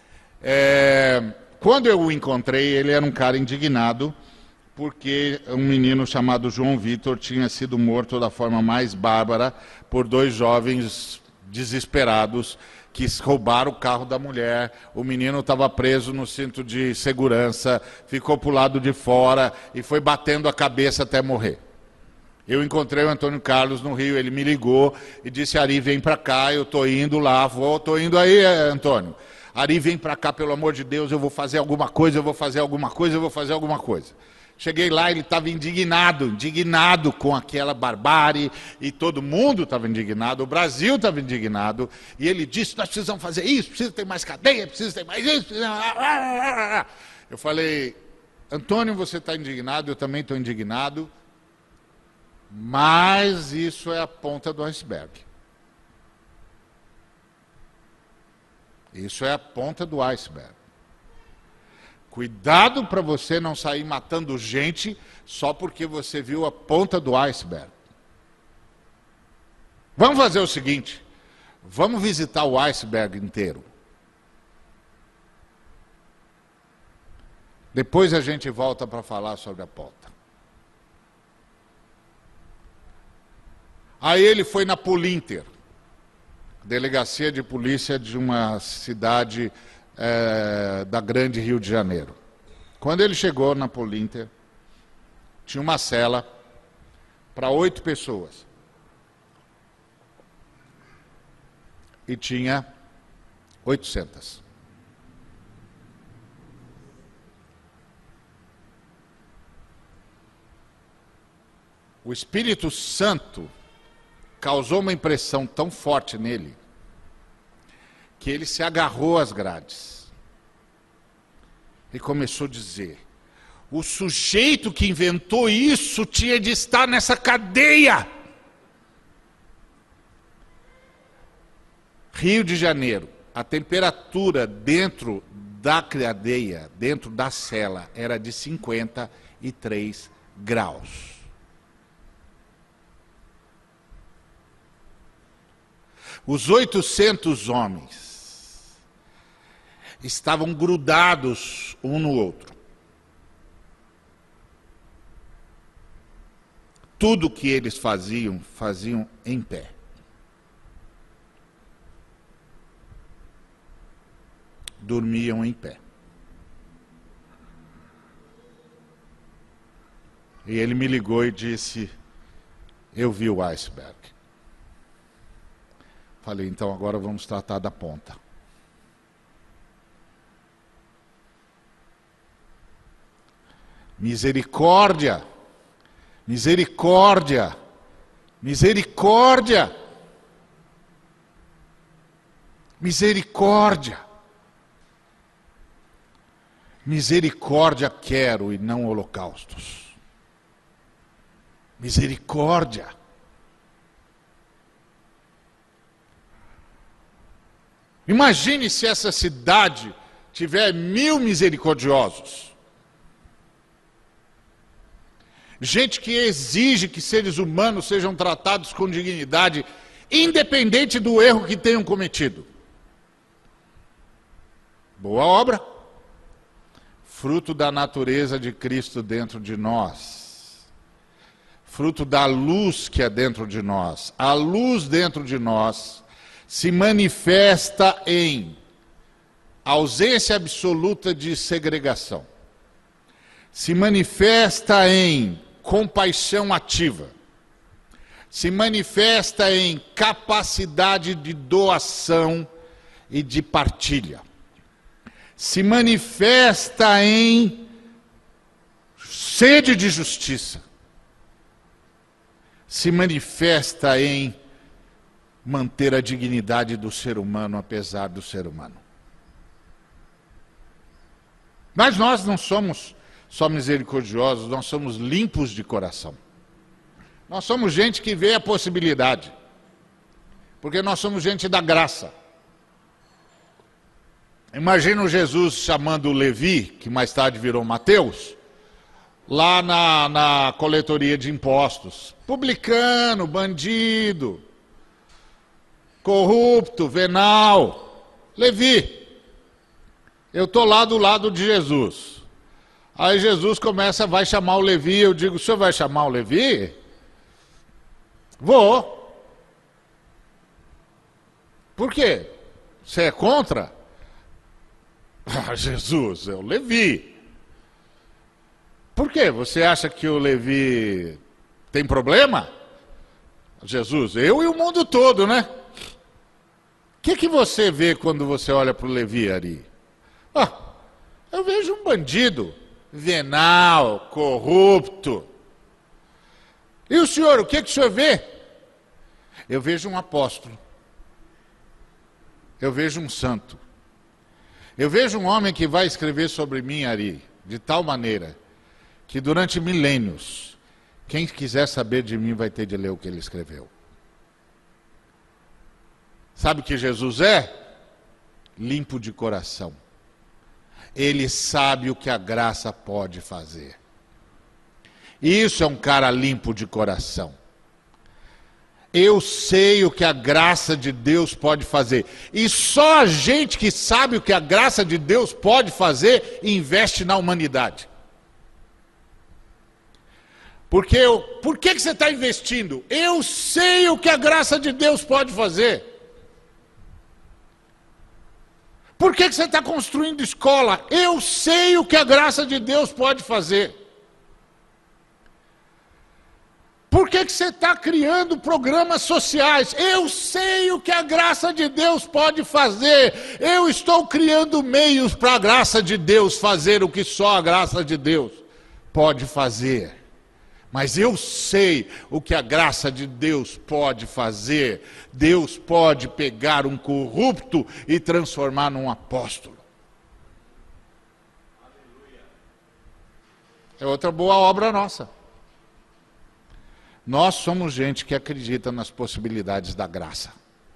Quando eu o encontrei, ele era um cara indignado, porque um menino chamado João Vitor tinha sido morto da forma mais bárbara por 2 jovens desesperados que roubaram o carro da mulher. O menino estava preso no cinto de segurança, ficou para o lado de fora e foi batendo a cabeça até morrer. Eu encontrei o Antônio Carlos no Rio, ele me ligou e disse, Ari, vem para cá, eu estou indo lá, estou indo aí, Antônio. Ari, vem para cá, pelo amor de Deus, eu vou fazer alguma coisa, eu vou fazer alguma coisa, eu vou fazer alguma coisa. Cheguei lá, ele estava indignado com aquela barbárie, e todo mundo estava indignado, o Brasil estava indignado, e ele disse, nós precisamos fazer isso, precisa ter mais cadeia, precisa ter mais isso. Eu falei, Antônio, você está indignado, eu também estou indignado, mas isso é a ponta do iceberg. Isso é a ponta do iceberg. Cuidado para você não sair matando gente só porque você viu a ponta do iceberg. Vamos fazer o seguinte, vamos visitar o iceberg inteiro. Depois a gente volta para falar sobre a ponta. Aí ele foi na Polinter, delegacia de polícia de uma cidade da grande Rio de Janeiro. Quando ele chegou na Polinter, tinha uma cela para 8 pessoas. E tinha 800. O Espírito Santo causou uma impressão tão forte nele que ele se agarrou às grades e começou a dizer, o sujeito que inventou isso tinha de estar nessa cadeia. Rio de Janeiro, a temperatura dentro da cadeia, dentro da cela, era de 53 graus. Os 800 homens estavam grudados um no outro. Tudo que eles faziam em pé. Dormiam em pé. E ele me ligou e disse, eu vi o iceberg. Falei, então agora vamos tratar da ponta. Misericórdia, misericórdia, misericórdia, misericórdia. Misericórdia quero e não holocaustos. Misericórdia. Imagine se essa cidade tiver 1000 misericordiosos. Gente que exige que seres humanos sejam tratados com dignidade, independente do erro que tenham cometido. Boa obra. Fruto da natureza de Cristo dentro de nós. Fruto da luz que é dentro de nós. A luz dentro de nós se manifesta em ausência absoluta de segregação. Se manifesta em compaixão ativa. Se manifesta em capacidade de doação e de partilha. Se manifesta em sede de justiça. Se manifesta em manter a dignidade do ser humano apesar do ser humano. Mas nós não somos só misericordiosos, nós somos limpos de coração. Nós somos gente que vê a possibilidade, porque nós somos gente da graça. Imagina Jesus chamando o Levi, que mais tarde virou Mateus, lá na coletoria de impostos. Publicano, bandido, corrupto, venal. Levi, eu estou lá do lado de Jesus. Aí Jesus vai chamar o Levi, eu digo, o senhor vai chamar o Levi? Vou. Por quê? Você é contra? Ah, Jesus, é o Levi. Por quê? Você acha que o Levi tem problema? Jesus, eu e o mundo todo, né? O que você vê quando você olha para o Levi ali? Ah, eu vejo um bandido. venal, corrupto. E o senhor, o que o senhor vê? Eu vejo um apóstolo. Eu vejo um santo. Eu vejo um homem que vai escrever sobre mim, Ari, de tal maneira que durante milênios, quem quiser saber de mim vai ter de ler o que ele escreveu. Sabe o que Jesus é? Limpo de coração. Ele sabe o que a graça pode fazer. Isso é um cara limpo de coração. Eu sei o que a graça de Deus pode fazer. E só a gente que sabe o que a graça de Deus pode fazer, investe na humanidade. Por que você está investindo? Eu sei o que a graça de Deus pode fazer. Por que você está construindo escola? Eu sei o que a graça de Deus pode fazer. Por que você está criando programas sociais? Eu sei o que a graça de Deus pode fazer. Eu estou criando meios para a graça de Deus fazer o que só a graça de Deus pode fazer. Mas eu sei o que a graça de Deus pode fazer. Deus pode pegar um corrupto e transformar num apóstolo. É outra boa obra nossa. Nós somos gente que acredita nas possibilidades da graça.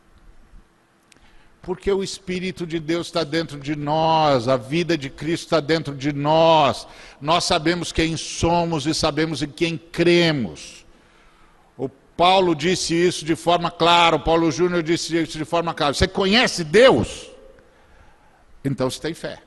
Porque o Espírito de Deus está dentro de nós, a vida de Cristo está dentro de nós. Nós sabemos quem somos e sabemos em quem cremos. O Paulo disse isso de forma clara, o Paulo Júnior disse isso de forma clara. Você conhece Deus? Então você tem fé.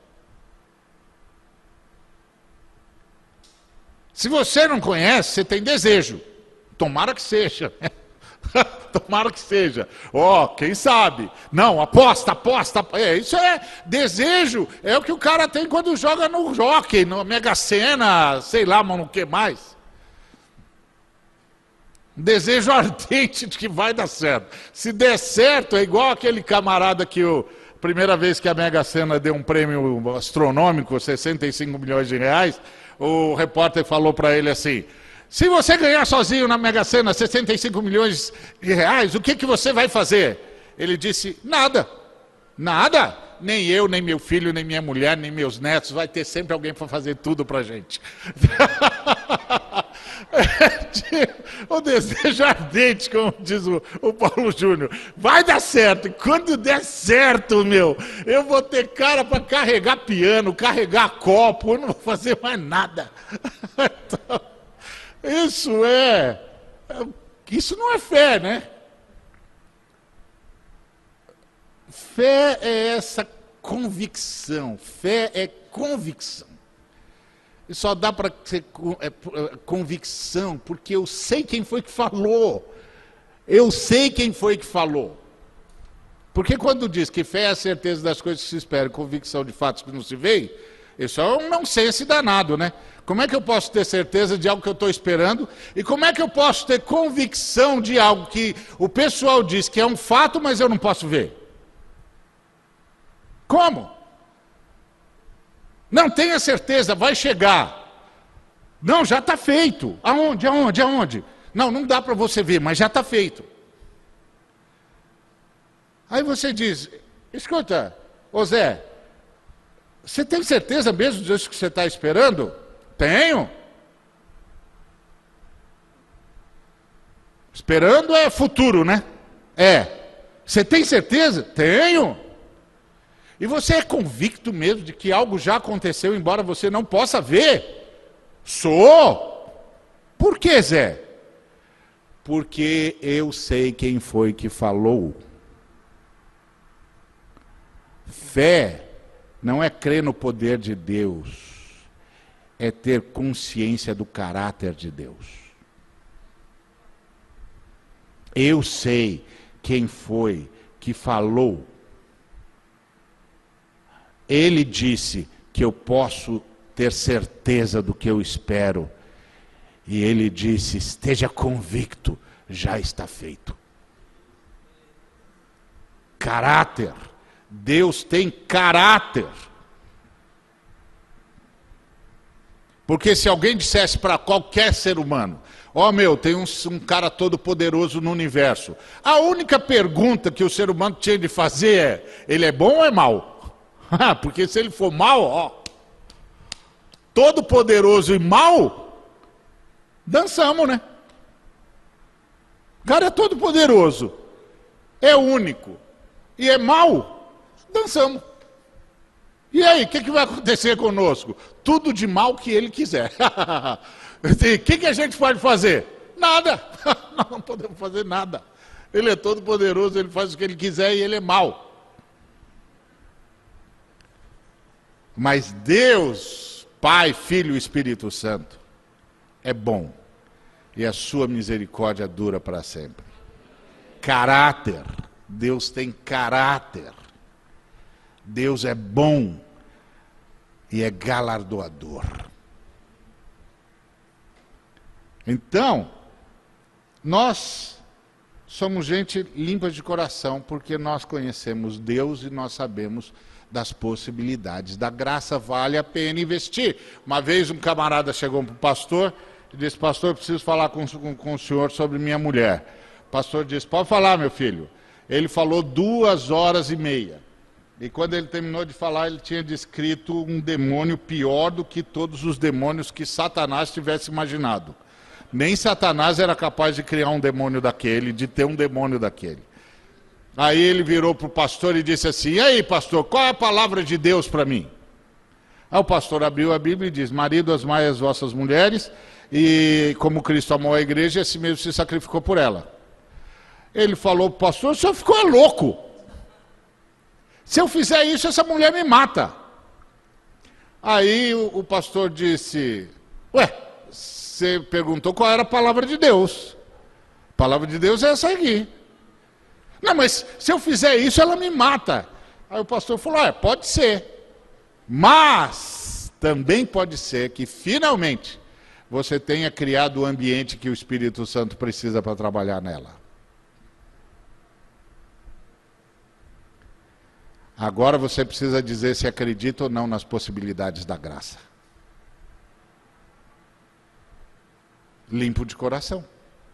Se você não conhece, você tem desejo. Tomara que seja. Tomara que seja. Quem sabe? Não, aposta. Isso é desejo. É o que o cara tem quando joga no jockey, no Mega Sena, sei lá, mano, o que mais. Desejo ardente de que vai dar certo. Se der certo, é igual aquele camarada que primeira vez que a Mega Sena deu um prêmio astronômico, 65 milhões de reais, o repórter falou para ele assim: se você ganhar sozinho na Mega Sena 65 milhões de reais, o que você vai fazer? Ele disse: nada. Nada. Nem eu, nem meu filho, nem minha mulher, nem meus netos. Vai ter sempre alguém para fazer tudo para a gente. O desejo ardente, como diz o Paulo Júnior. Vai dar certo. E quando der certo, eu vou ter cara para carregar piano, carregar copo. Eu não vou fazer mais nada. Então, isso não é fé, né? Fé é essa convicção. Fé é convicção. E só dá para ser convicção porque eu sei quem foi que falou. Eu sei quem foi que falou. Porque quando diz que fé é a certeza das coisas que se esperam, convicção de fatos que não se veem, isso é um nonsense danado, né? Como é que eu posso ter certeza de algo que eu estou esperando? E como é que eu posso ter convicção de algo que o pessoal diz que é um fato, mas eu não posso ver? Como? Não tenha certeza, vai chegar. Não, já está feito. Aonde? Não dá para você ver, mas já está feito. Aí você diz: escuta, ô Zé, você tem certeza mesmo disso que você está esperando? Tenho. Esperando é futuro, né? Você tem certeza? Tenho. E você é convicto mesmo de que algo já aconteceu, embora você não possa ver? Sou. Por que, Zé? Porque eu sei quem foi que falou. Fé não é crer no poder de Deus, é ter consciência do caráter de Deus. Eu sei quem foi que falou. Ele disse que eu posso ter certeza do que eu espero. E ele disse: esteja convicto, já está feito. Caráter. Deus tem caráter. Porque se alguém dissesse para qualquer ser humano, tem um cara todo poderoso no universo, a única pergunta que o ser humano tinha de fazer é, ele é bom ou é mau? Porque se ele for mau, todo poderoso e mau, dançamos, né? O cara é todo poderoso, é único e é mau, dançamos. E aí, o que vai acontecer conosco? Tudo de mal que ele quiser. O que a gente pode fazer? Nada. Nós não podemos fazer nada. Ele é todo poderoso, ele faz o que ele quiser e ele é mau. Mas Deus, Pai, Filho e Espírito Santo, é bom. E a sua misericórdia dura para sempre. Caráter. Deus tem caráter. Deus é bom e é galardoador. Então, nós somos gente limpa de coração porque nós conhecemos Deus e nós sabemos das possibilidades. Da graça vale a pena investir. Uma vez um camarada chegou para o pastor e disse, pastor, eu preciso falar com o senhor sobre minha mulher. O pastor disse, pode falar, meu filho. Ele falou 2h30. E quando ele terminou de falar, ele tinha descrito um demônio pior do que todos os demônios que Satanás tivesse imaginado. Nem Satanás era capaz de criar um demônio daquele, de ter um demônio daquele. Aí ele virou para o pastor e disse assim, e aí, pastor, qual é a palavra de Deus para mim? Aí o pastor abriu a Bíblia e diz, marido, amai as vossas mulheres, e como Cristo amou a igreja, assim mesmo se sacrificou por ela. Ele falou, pastor, o senhor ficou louco. Se eu fizer isso, essa mulher me mata. Aí o pastor disse, você perguntou qual era a palavra de Deus. A palavra de Deus é essa aqui. Não, mas se eu fizer isso, ela me mata. Aí o pastor falou, pode ser. Mas também pode ser que finalmente você tenha criado o ambiente que o Espírito Santo precisa para trabalhar nela. Agora você precisa dizer se acredita ou não nas possibilidades da graça. Limpo de coração.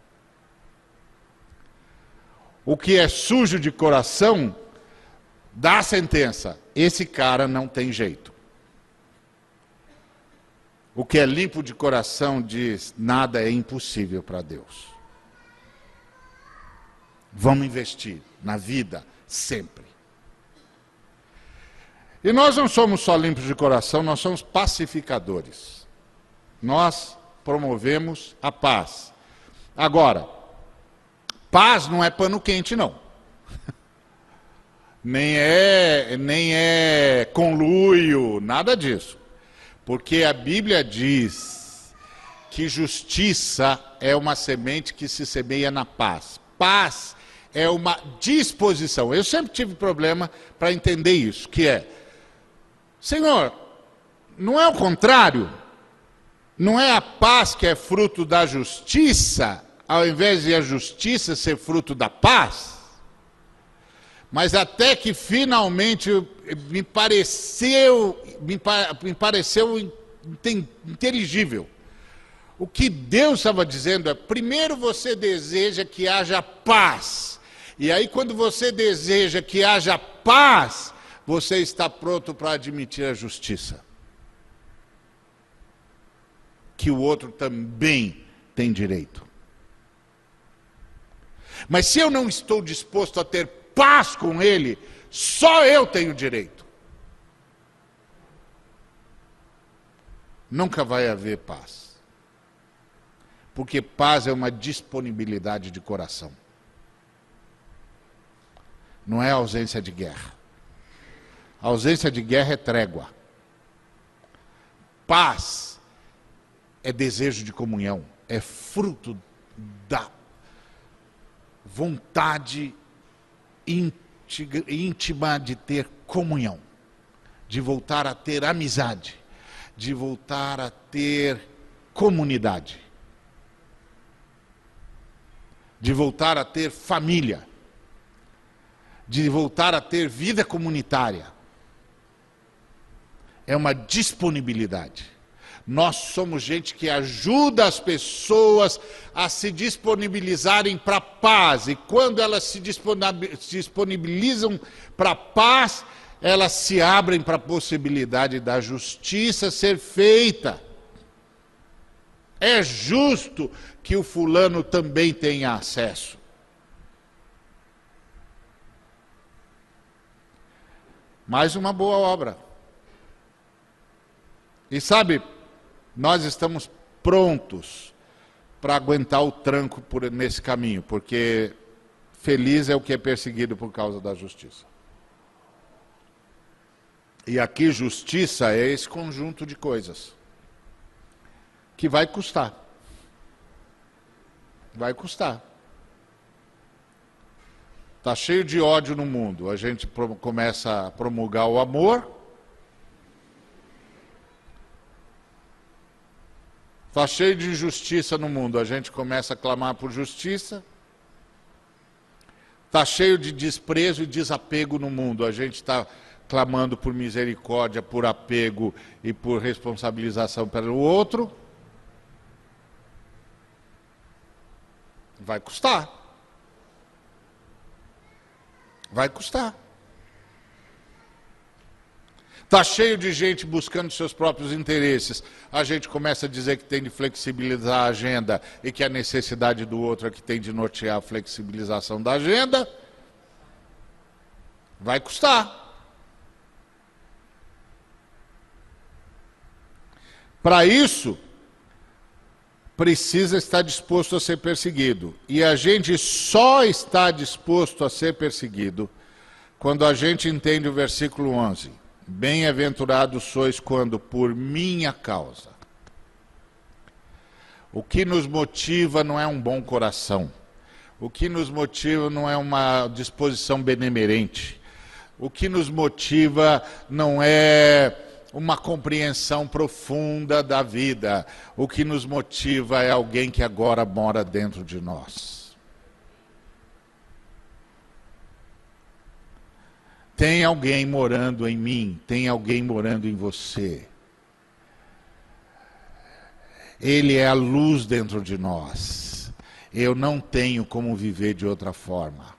O que é sujo de coração, dá a sentença. Esse cara não tem jeito. O que é limpo de coração diz, nada é impossível para Deus. Vamos investir na vida sempre. E nós não somos só limpos de coração, nós somos pacificadores. Nós promovemos a paz. Agora, paz não é pano quente, não. Nem é conluio, nada disso. Porque a Bíblia diz que justiça é uma semente que se semeia na paz. Paz é uma disposição. Eu sempre tive problema para entender isso, que é, Senhor, não é o contrário? Não é a paz que é fruto da justiça, ao invés de a justiça ser fruto da paz? Mas até que finalmente me pareceu inteligível. O que Deus estava dizendo é, primeiro você deseja que haja paz. E aí quando você deseja que haja paz, você está pronto para admitir a justiça. Que o outro também tem direito. Mas se eu não estou disposto a ter paz com ele, só eu tenho direito. Nunca vai haver paz. Porque paz é uma disponibilidade de coração. Não é ausência de guerra. A ausência de guerra é trégua. Paz é desejo de comunhão, é fruto da vontade íntima de ter comunhão, de voltar a ter amizade, de voltar a ter comunidade, de voltar a ter família, de voltar a ter vida comunitária. É uma disponibilidade. Nós somos gente que ajuda as pessoas a se disponibilizarem para a paz. E quando elas se disponibilizam para a paz, elas se abrem para a possibilidade da justiça ser feita. É justo que o fulano também tenha acesso. Mais uma boa obra. E sabe, nós estamos prontos para aguentar o tranco nesse caminho, porque feliz é o que é perseguido por causa da justiça. E aqui justiça é esse conjunto de coisas que vai custar. Vai custar. Está cheio de ódio no mundo. A gente começa a promulgar o amor. Está cheio de injustiça no mundo. A gente começa a clamar por justiça. Está cheio de desprezo e desapego no mundo. A gente está clamando por misericórdia, por apego e por responsabilização pelo outro. Vai custar. Vai custar. Está cheio de gente buscando seus próprios interesses. A gente começa a dizer que tem de flexibilizar a agenda e que a necessidade do outro é que tem de nortear a flexibilização da agenda. Vai custar. Para isso, precisa estar disposto a ser perseguido. E a gente só está disposto a ser perseguido quando a gente entende o versículo 11. Bem-aventurados sois quando por minha causa. O que nos motiva não é um bom coração. O que nos motiva não é uma disposição benemerente. O que nos motiva não é uma compreensão profunda da vida. O que nos motiva é alguém que agora mora dentro de nós. Tem alguém morando em mim, tem alguém morando em você. Ele é a luz dentro de nós. Eu não tenho como viver de outra forma.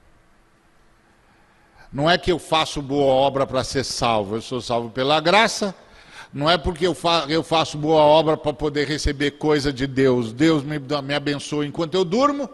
Não é que eu faço boa obra para ser salvo, eu sou salvo pela graça. Não é porque eu faço boa obra para poder receber coisa de Deus. Deus me abençoa enquanto eu durmo.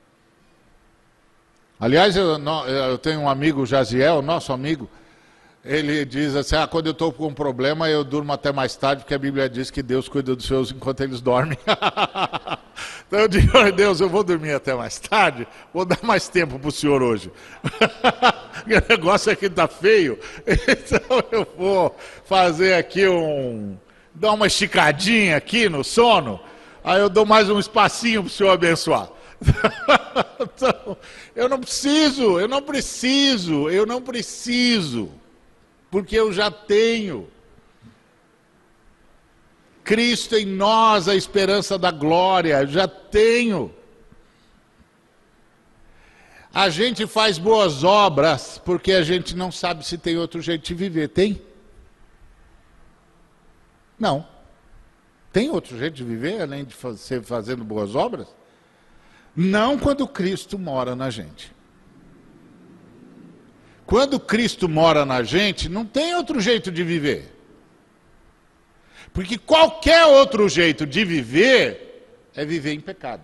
Aliás, eu tenho um amigo, Jaziel, nosso amigo, ele diz assim, quando eu estou com um problema eu durmo até mais tarde, porque a Bíblia diz que Deus cuida dos seus enquanto eles dormem. Então eu digo, Deus, eu vou dormir até mais tarde, vou dar mais tempo para o senhor hoje. O negócio aqui está feio, então eu vou fazer aqui dar uma esticadinha aqui no sono, aí eu dou mais um espacinho para o senhor abençoar. Então, eu não preciso, porque eu já tenho. Cristo em nós, a esperança da glória, já tenho. A gente faz boas obras porque a gente não sabe se tem outro jeito de viver. Tem? Não. Tem outro jeito de viver além de fazendo boas obras? Não quando Cristo mora na gente. Quando Cristo mora na gente, não tem outro jeito de viver. Porque qualquer outro jeito de viver é viver em pecado.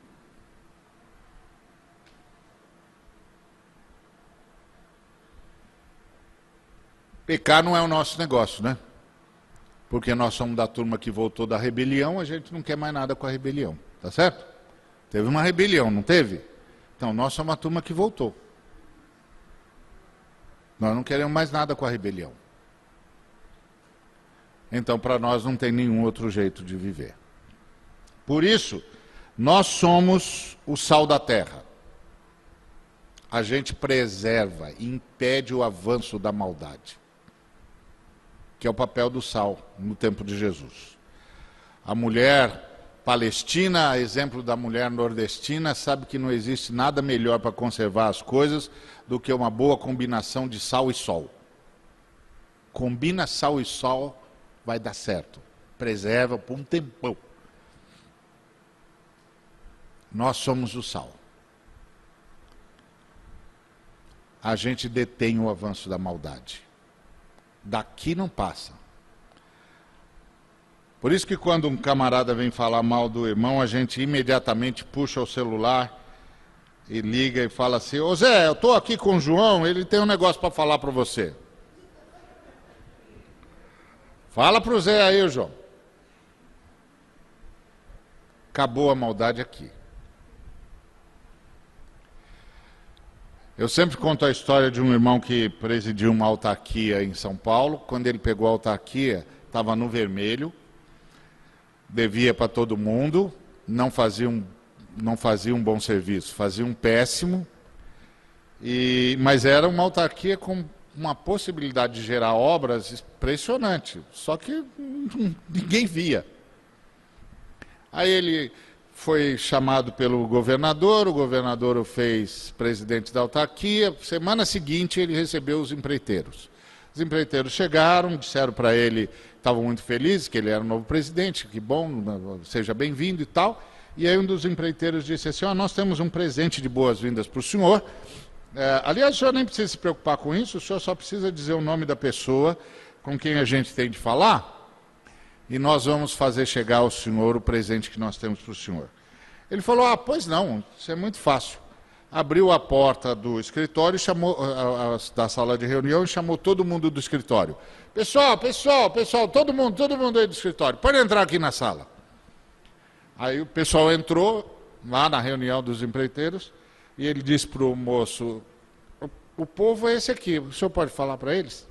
Pecar não é o nosso negócio, né? Porque nós somos da turma que voltou da rebelião, a gente não quer mais nada com a rebelião, tá certo? Teve uma rebelião, não teve? Então, nós somos uma turma que voltou. Nós não queremos mais nada com a rebelião. Então, para nós não tem nenhum outro jeito de viver. Por isso, nós somos o sal da terra. A gente preserva e impede o avanço da maldade, que é o papel do sal no tempo de Jesus. A mulher palestina, exemplo da mulher nordestina, sabe que não existe nada melhor para conservar as coisas do que uma boa combinação de sal e sol. Combina sal e sol, vai dar certo. preserva por um tempão. Nós somos o sal. A gente detém o avanço da maldade. Daqui não passa. Por isso que quando um camarada vem falar mal do irmão, a gente imediatamente puxa o celular e liga e fala assim: ô Zé, eu estou aqui com o João, ele tem um negócio para falar para você. Fala para o Zé aí, João. Acabou a maldade aqui. Eu sempre conto a história de um irmão que presidiu uma autarquia em São Paulo. Quando ele pegou a autarquia, estava no vermelho, devia para todo mundo, não fazia um bom serviço, fazia um péssimo, mas era uma autarquia com uma possibilidade de gerar obras impressionante, só que ninguém via. Aí ele foi chamado pelo governador, o governador o fez presidente da autarquia. Semana seguinte ele recebeu os empreiteiros. Os empreiteiros chegaram, disseram para ele, estavam muito felizes que ele era o novo presidente, que bom, seja bem-vindo e tal. E aí um dos empreiteiros disse assim: nós temos um presente de boas-vindas para o senhor. Aliás, o senhor nem precisa se preocupar com isso, o senhor só precisa dizer o nome da pessoa com quem a gente tem de falar, e nós vamos fazer chegar ao senhor o presente que nós temos para o senhor. Ele falou: pois não, isso é muito fácil. Abriu a porta do escritório, da sala de reunião, e chamou todo mundo do escritório. Pessoal, todo mundo aí do escritório, pode entrar aqui na sala. Aí o pessoal entrou lá na reunião dos empreiteiros, e ele disse para o moço: o povo é esse aqui, o senhor pode falar para eles?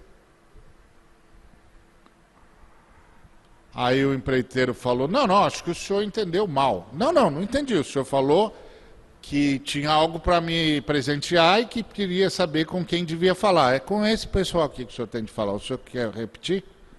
Aí o empreiteiro falou: não, acho que o senhor entendeu mal. Não entendi. O senhor falou que tinha algo para me presentear e que queria saber com quem devia falar. É com esse pessoal aqui que o senhor tem de falar. O senhor quer repetir?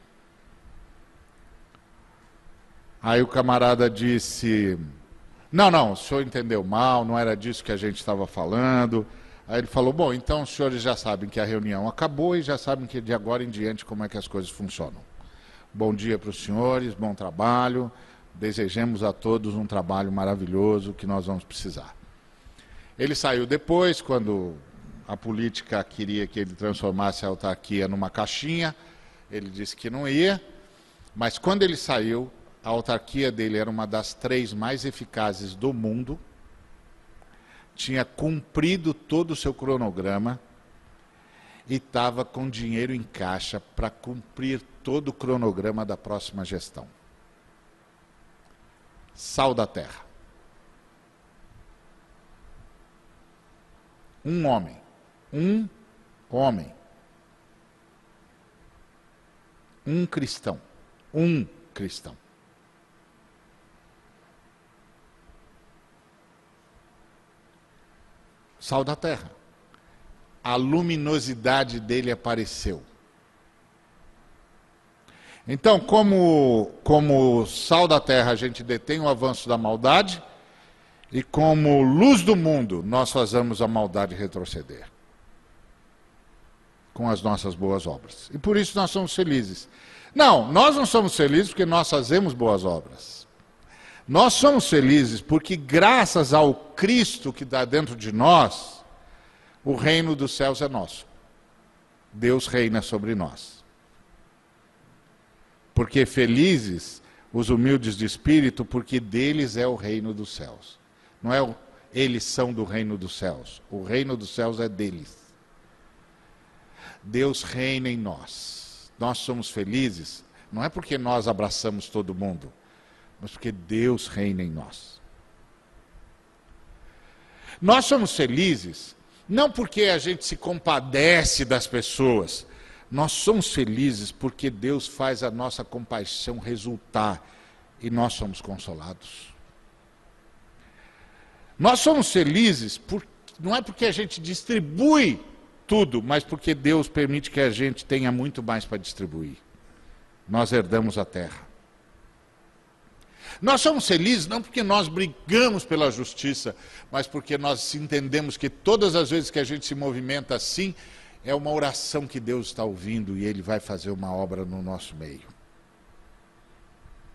Aí o camarada disse: não, o senhor entendeu mal, não era disso que a gente estava falando. Aí ele falou: bom, então os senhores já sabem que a reunião acabou e já sabem que de agora em diante como é que as coisas funcionam. Bom dia para os senhores, bom trabalho, desejemos a todos um trabalho maravilhoso que nós vamos precisar. Ele saiu depois, quando a política queria que ele transformasse a autarquia numa caixinha, ele disse que não ia, mas quando ele saiu, a autarquia dele era uma das 3 mais eficazes do mundo, tinha cumprido todo o seu cronograma e estava com dinheiro em caixa para cumprir todo o cronograma da próxima gestão. Sal da terra. Um homem, um cristão, sal da terra. A luminosidade dele apareceu. Então, como sal da terra, a gente detém o avanço da maldade, e como luz do mundo, nós fazemos a maldade retroceder com as nossas boas obras. E por isso nós somos felizes. Não, nós não somos felizes porque nós fazemos boas obras. Nós somos felizes porque, graças ao Cristo que está dentro de nós, o reino dos céus é nosso. Deus reina sobre nós. Porque felizes os humildes de espírito, porque deles é o reino dos céus. Não é eles são do reino dos céus. O reino dos céus é deles. Deus reina em nós. Nós somos felizes, não é porque nós abraçamos todo mundo, mas porque Deus reina em nós. Nós somos felizes, não porque a gente se compadece das pessoas. Nós somos felizes porque Deus faz a nossa compaixão resultar e nós somos consolados. Nós somos felizes, não é porque a gente distribui tudo, mas porque Deus permite que a gente tenha muito mais para distribuir. Nós herdamos a terra. Nós somos felizes não porque nós brigamos pela justiça, mas porque nós entendemos que todas as vezes que a gente se movimenta assim, é uma oração que Deus está ouvindo e Ele vai fazer uma obra no nosso meio.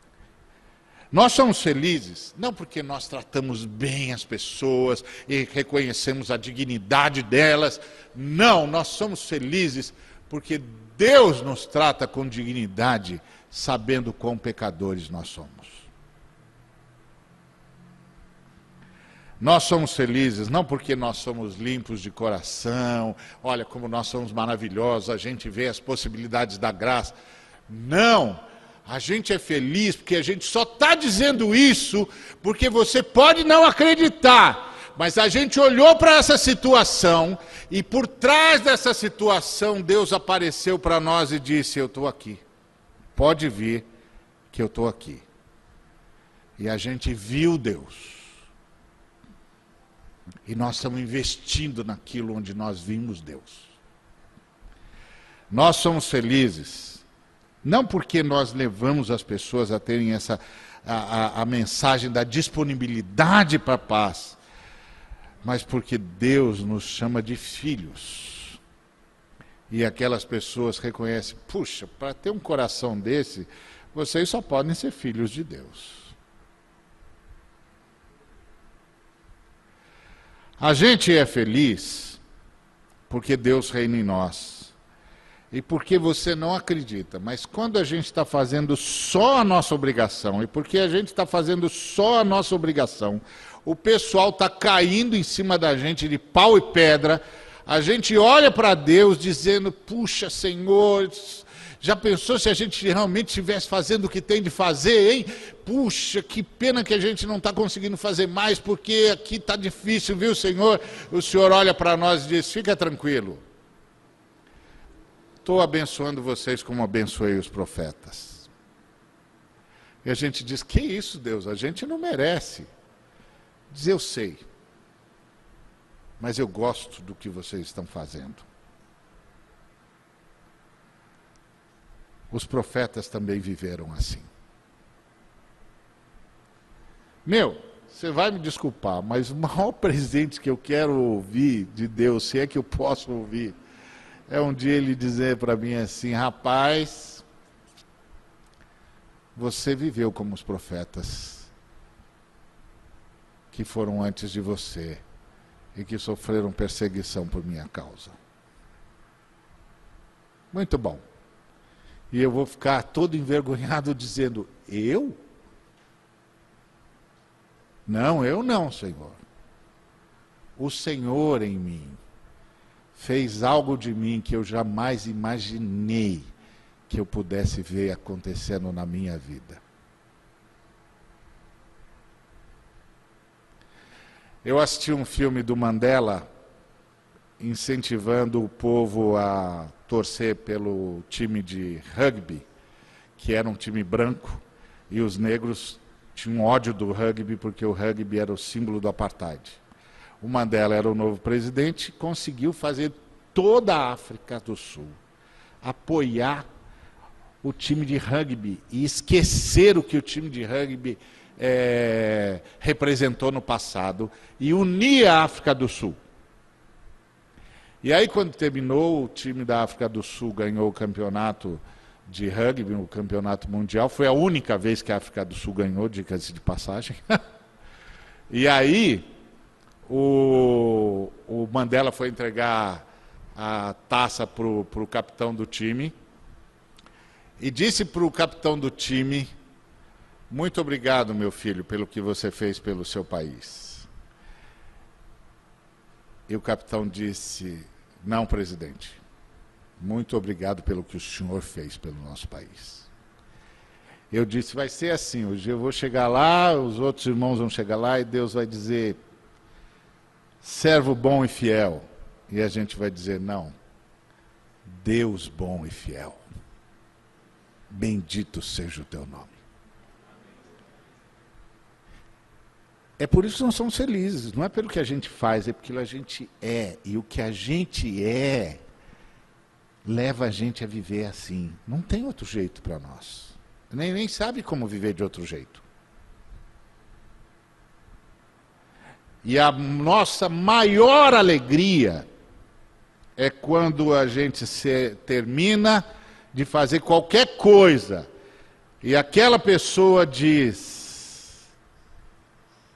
Nós somos felizes, não porque nós tratamos bem as pessoas e reconhecemos a dignidade delas. Não, nós somos felizes porque Deus nos trata com dignidade, sabendo quão pecadores nós somos. Nós somos felizes, não porque nós somos limpos de coração, olha como nós somos maravilhosos, a gente vê as possibilidades da graça. Não, a gente é feliz porque a gente só está dizendo isso porque você pode não acreditar, mas a gente olhou para essa situação e por trás dessa situação Deus apareceu para nós e disse: eu estou aqui, pode vir que eu estou aqui. E a gente viu Deus. E nós estamos investindo naquilo onde nós vimos Deus. Nós somos felizes, não porque nós levamos as pessoas a terem a mensagem da disponibilidade para a paz, mas porque Deus nos chama de filhos. E aquelas pessoas reconhecem: puxa, para ter um coração desse, vocês só podem ser filhos de Deus. A gente é feliz porque Deus reina em nós. E porque você não acredita, mas quando a gente está fazendo só a nossa obrigação, e porque a gente está fazendo só a nossa obrigação, o pessoal está caindo em cima da gente de pau e pedra, a gente olha para Deus dizendo: puxa, Senhor, já pensou se a gente realmente estivesse fazendo o que tem de fazer, hein? Puxa, que pena que a gente não está conseguindo fazer mais, porque aqui está difícil, viu, Senhor? O Senhor olha para nós e diz: fica tranquilo. Estou abençoando vocês como abençoei os profetas. E a gente diz: que isso, Deus? A gente não merece. Diz: eu sei. Mas eu gosto do que vocês estão fazendo. Os profetas também viveram assim. Você vai me desculpar, mas o maior presente que eu quero ouvir de Deus, se é que eu posso ouvir, é um dia Ele dizer para mim assim: rapaz, você viveu como os profetas que foram antes de você e que sofreram perseguição por minha causa. Muito bom. E eu vou ficar todo envergonhado dizendo: eu? Não, eu não, Senhor. O Senhor em mim fez algo de mim que eu jamais imaginei que eu pudesse ver acontecendo na minha vida. Eu assisti um filme do Mandela incentivando o povo a torcer pelo time de rugby, que era um time branco, e os negros tinham ódio do rugby porque o rugby era o símbolo do apartheid. O Mandela era o novo presidente e conseguiu fazer toda a África do Sul apoiar o time de rugby e esquecer o que o time de rugby representou no passado e unir a África do Sul. E aí, quando terminou, o time da África do Sul ganhou o campeonato de rugby, o campeonato mundial. Foi a única vez que a África do Sul ganhou, diga-se de passagem. E aí, o Mandela foi entregar a taça para o capitão do time e disse para o capitão do time: muito obrigado, meu filho, pelo que você fez pelo seu país. E o capitão disse: não, presidente, muito obrigado pelo que o senhor fez pelo nosso país. Eu disse: vai ser assim, hoje eu vou chegar lá, os outros irmãos vão chegar lá e Deus vai dizer: servo bom e fiel. E a gente vai dizer: não, Deus bom e fiel. Bendito seja o teu nome. É por isso que nós somos felizes, não é pelo que a gente faz, é porque a gente é. E o que a gente é leva a gente a viver assim. Não tem outro jeito para nós. Nem sabe como viver de outro jeito. E a nossa maior alegria é quando a gente termina de fazer qualquer coisa e aquela pessoa diz: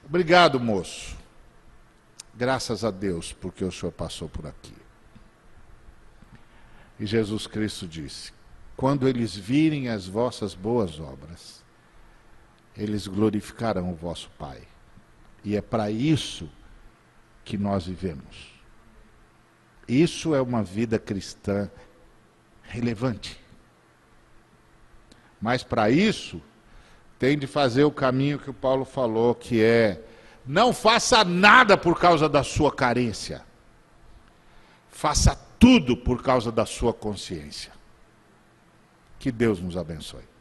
Obrigado, moço. Graças a Deus, porque o senhor passou por aqui. E Jesus Cristo disse: quando eles virem as vossas boas obras, eles glorificarão o vosso Pai. E é para isso que nós vivemos. Isso é uma vida cristã relevante. Mas para isso, tem de fazer o caminho que o Paulo falou, que é: não faça nada por causa da sua carência. Faça tudo por causa da sua consciência. Que Deus nos abençoe.